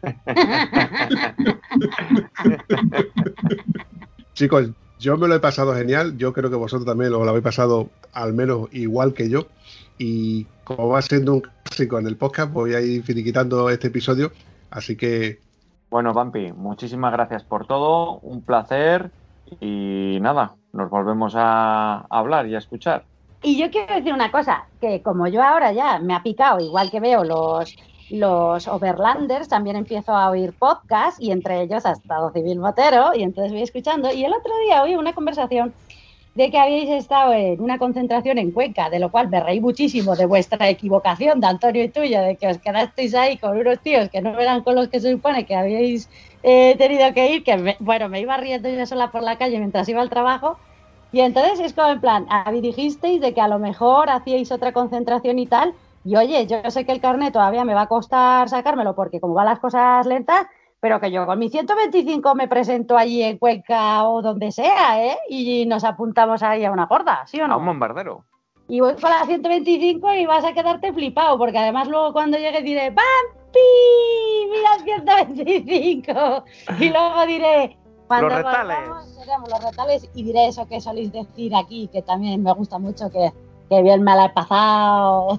Chicos, yo me lo he pasado genial, yo creo que vosotros también os lo habéis pasado al menos igual que yo. Y como va siendo un así con el podcast voy a ir finiquitando este episodio, así que... Bueno, Vampi, muchísimas gracias por todo, un placer y nada, nos volvemos a hablar y a escuchar. Y yo quiero decir una cosa, que como yo ahora ya me ha picado, igual que veo los, los Overlanders, también empiezo a oír podcasts y entre ellos ha estado Civil Motero y entonces voy escuchando y el otro día oí una conversación de que habíais estado en una concentración en Cuenca, de lo cual me reí muchísimo de vuestra equivocación, de Antonio y tuya, de que os quedasteis ahí con unos tíos que no eran con los que se supone que habíais eh, tenido que ir, que me, bueno, me iba riendo yo sola por la calle mientras iba al trabajo. Y entonces es como en plan, a mí dijisteis de que a lo mejor hacíais otra concentración y tal, y oye, yo sé que el carnet todavía me va a costar sacármelo porque como van las cosas lentas, pero que yo con mi ciento veinticinco me presento allí en Cuenca o donde sea, ¿eh? Y nos apuntamos ahí a una gorda, ¿sí o no? A un bombardero. Y voy con la ciento veinticinco y vas a quedarte flipado, porque además luego cuando llegue diré, ¡Vampi! ¡Mira el ciento veinticinco! Y luego diré... Cuando los retales. Volvamos, los retales y diré eso que soléis decir aquí, que también me gusta mucho, que, que bien me la he pasado.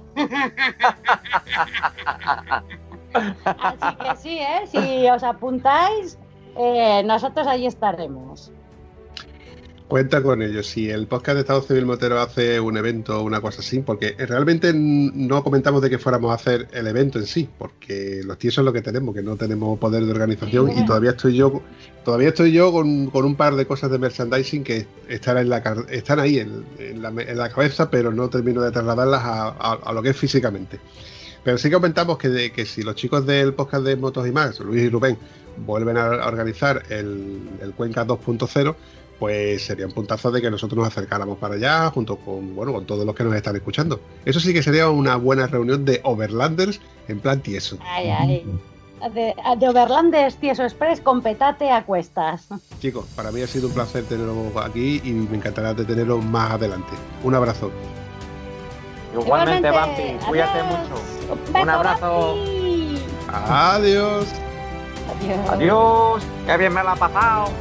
Así que sí, ¿eh? Si os apuntáis, eh, nosotros allí estaremos. Cuenta con ello. Si el podcast de Estado Civil Motero hace un evento o una cosa así, porque realmente no comentamos de que fuéramos a hacer el evento en sí, porque los tíos son lo que tenemos, que no tenemos poder de organización y todavía estoy yo todavía estoy yo con, con un par de cosas de merchandising que están, en la, están ahí en, en, la, en la cabeza, pero no termino de trasladarlas a, a, a lo que es físicamente. Pero sí que comentamos que, de, que si los chicos del podcast de Motos y Más, Luis y Rubén, vuelven a, a organizar el, el Cuenca dos punto cero, pues sería un puntazo de que nosotros nos acercáramos para allá junto con, bueno, con todos los que nos están escuchando. Eso sí que sería una buena reunión de Overlanders en plan tieso. Ay, ay. De, de Overlanders Tieso Express con petate a cuestas. Chicos, para mí ha sido un placer tenerlo aquí y me encantará de tenerlo más adelante. Un abrazo. Igualmente, Vampi, cuídate mucho. Un abrazo. Vampi. Adiós. Adiós. Adiós. Qué bien me la ha pasado.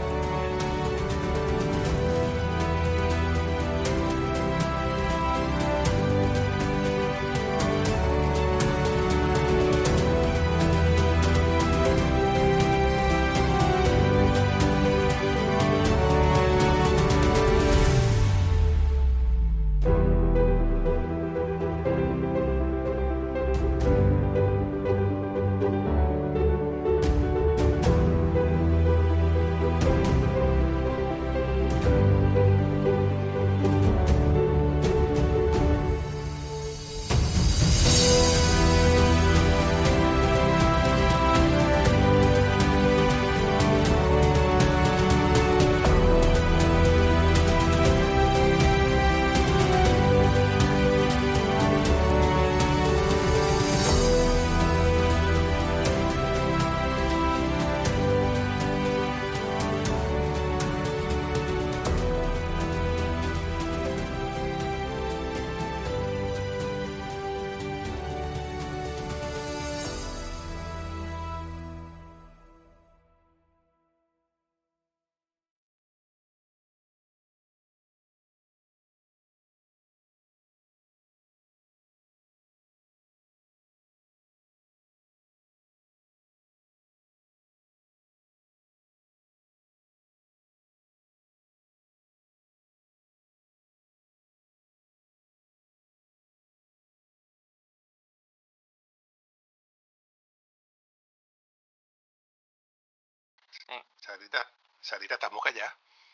Sarita, Sarita, ¿estamos allá?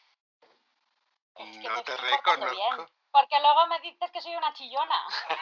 Es que no me te estoy portando reconozco. bien, porque luego me dices que soy una chillona.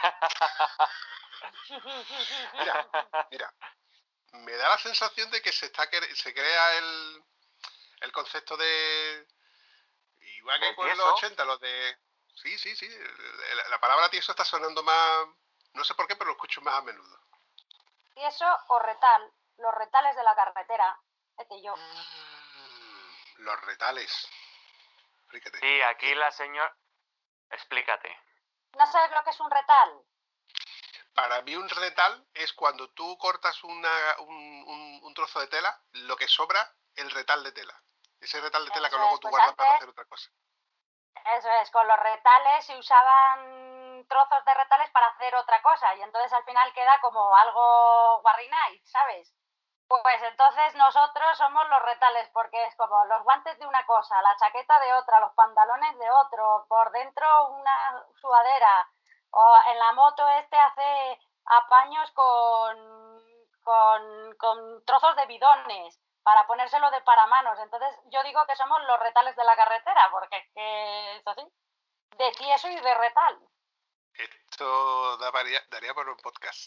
Mira, mira, me da la sensación de que se está se crea el, el concepto de igual que con los ochenta, los de sí, sí, sí, la, la palabra tieso está sonando más, no sé por qué, pero lo escucho más a menudo. Tieso o retal, los retales de la carretera, este yo. Mm, los retales. Explícate. Sí, aquí la señora... Explícate. ¿No sabes lo que es un retal? Para mí un retal es cuando tú cortas una, un, un, un trozo de tela, lo que sobra, el retal de tela. Ese retal de tela que luego tú guardas para hacer otra cosa. Eso es, con los retales se usaban trozos de retales para hacer otra cosa y entonces al final queda como algo Warry Night, ¿sabes? Pues entonces nosotros somos los retales porque es como los guantes de una cosa, la chaqueta de otra, los pantalones de otro, por dentro una sudadera, o en la moto este hace apaños con, con, con trozos de bidones para ponérselo de paramanos. Entonces yo digo que somos los retales de la carretera, porque es que es así, de tieso y de retal. Esto daría, daría por un podcast.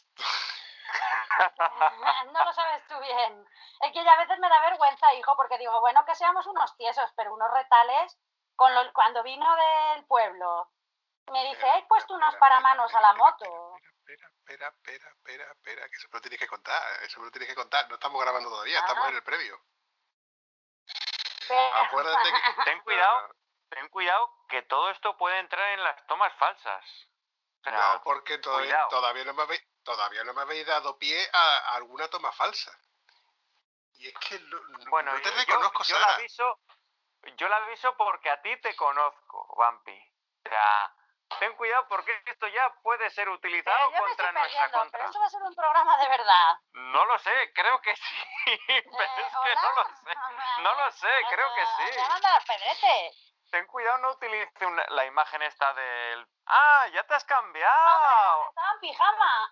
No lo sabes tú bien. Es que ya a veces me da vergüenza, hijo, porque digo, bueno, que seamos unos tiesos, pero unos retales, con lo, cuando vino del pueblo, me dice, he puesto unos paramanos a la moto. Espera, espera, espera, espera, espera, que eso me lo tienes que contar, eso me lo tienes que contar. No estamos grabando todavía, Ah. estamos en el previo. Pero... Acuérdate que... Ten cuidado, ten cuidado que todo esto puede entrar en las tomas falsas. O sea, No, porque todavía, cuidado. todavía, no me habéis, todavía no me habéis dado pie a, a alguna toma falsa. Y es que no, Bueno, no te yo, reconozco, yo, yo la Sara. aviso, yo la aviso porque a ti te conozco, Vampi. O sea, ten cuidado porque esto ya puede ser utilizado Pero yo me contra estoy nuestra perdiendo, contra. pero esto va a ser un programa de verdad. No lo sé, creo que sí. Pero Eh, es que ¿hola? no lo sé. No lo sé, creo que sí. Me van a dar pedrete. Ten cuidado, no utilice una- la imagen esta del... ¡Ah, ya te has cambiado! Hombre, estaba en pijama.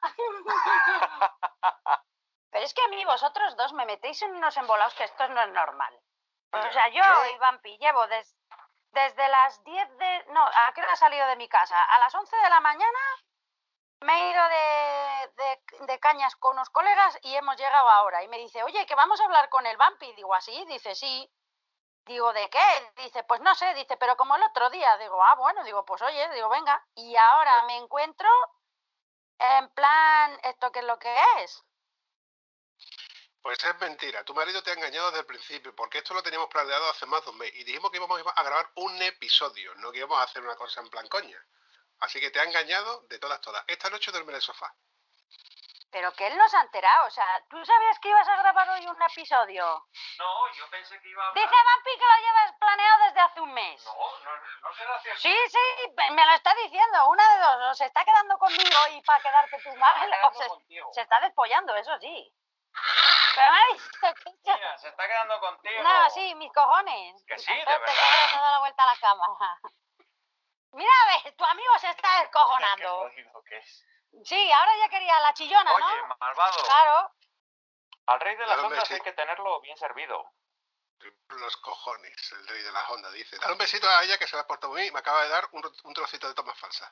Pero es que a mí vosotros dos me metéis en unos embolados que esto no es normal. O sea, yo, Yo- y Vampi, llevo des- desde las diez de... No, ¿a qué hora he salido de mi casa? A las once de la mañana me he ido de, de, de cañas con unos colegas y hemos llegado ahora. Y me dice, oye, que vamos a hablar con el Vampi. Digo, ¿así? Dice, sí. Digo, ¿de qué? Dice, pues no sé. Dice, pero como el otro día. Digo, ah, bueno. Digo, pues oye, digo, venga. Y ahora me encuentro en plan, ¿esto qué es lo que es? Pues es mentira, tu marido te ha engañado desde el principio, porque esto lo teníamos planeado hace más de un mes y dijimos que íbamos a grabar un episodio, no que íbamos a hacer una cosa en plan coña. Así que te ha engañado de todas todas. Esta noche duerme en el sofá. Pero que él no se ha enterado. O sea, ¿tú sabías que ibas a grabar hoy un episodio? No, yo pensé que iba a... Dice Vampi que lo llevas planeado desde hace un mes. No, no, no será cierto. Sí, sí, me lo está diciendo. Una de dos, o se está quedando conmigo y para quedarte tú mal, o se, se está despollando, eso sí. Pero me ha dicho que... Mira, se está quedando contigo. No, sí, mis cojones. Que sí, de Espérate, verdad. que ahora se da la vuelta a la cámara. Mira, a ver, tu amigo se está descojonando. Qué jodido que es. Sí, ahora ya quería la chillona, ¿no? Oye, malvado. Claro. Al rey de las Dale un ondas besito. hay que tenerlo bien servido. Los cojones, el rey de la Honda dice. Dale un besito a ella que se la ha portado muy bien y me acaba de dar un, un trocito de toma falsa.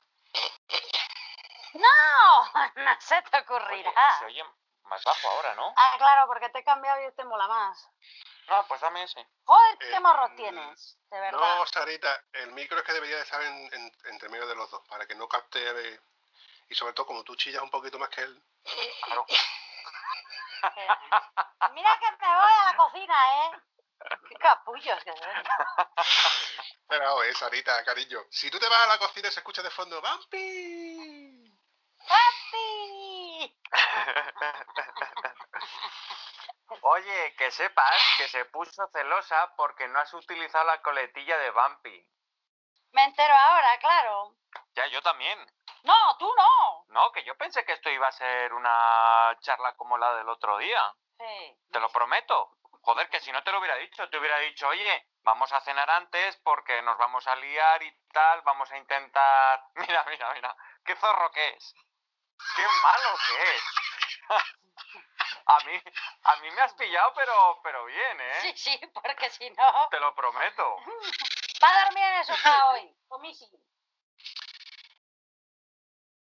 No, no se te Oye, ocurrirá. se oye más bajo ahora, ¿no? Ah, claro, porque te he cambiado y este mola más. No, pues dame ese. Joder, qué Eh, morros mm, tienes, de verdad. No, Sarita, el micro es que debería de estar en, en- entre medio de los dos, para que no capte... eh, y sobre todo, como tú chillas un poquito más que él... Claro. Eh, Mira que me voy a la cocina, ¿eh? Qué capullos que son. Pero, oye, Sarita, cariño, si tú te vas a la cocina y se escucha de fondo ¡Vampi! ¡Papi! Oye, que sepas que se puso celosa porque no has utilizado la coletilla de Vampi. Me entero ahora, claro. Ya, yo también. No, tú no. No, que yo pensé que esto iba a ser una charla como la del otro día. Sí. Te lo prometo. Joder, que si no te lo hubiera dicho, te hubiera dicho, oye, vamos a cenar antes porque nos vamos a liar y tal, vamos a intentar... Mira, mira, mira, qué zorro que es. Qué malo que es. A mí, a mí me has pillado, pero, pero bien, ¿eh? Sí, sí, porque si no... Te lo prometo. Va a dormir en el sofá hoy, con Missy.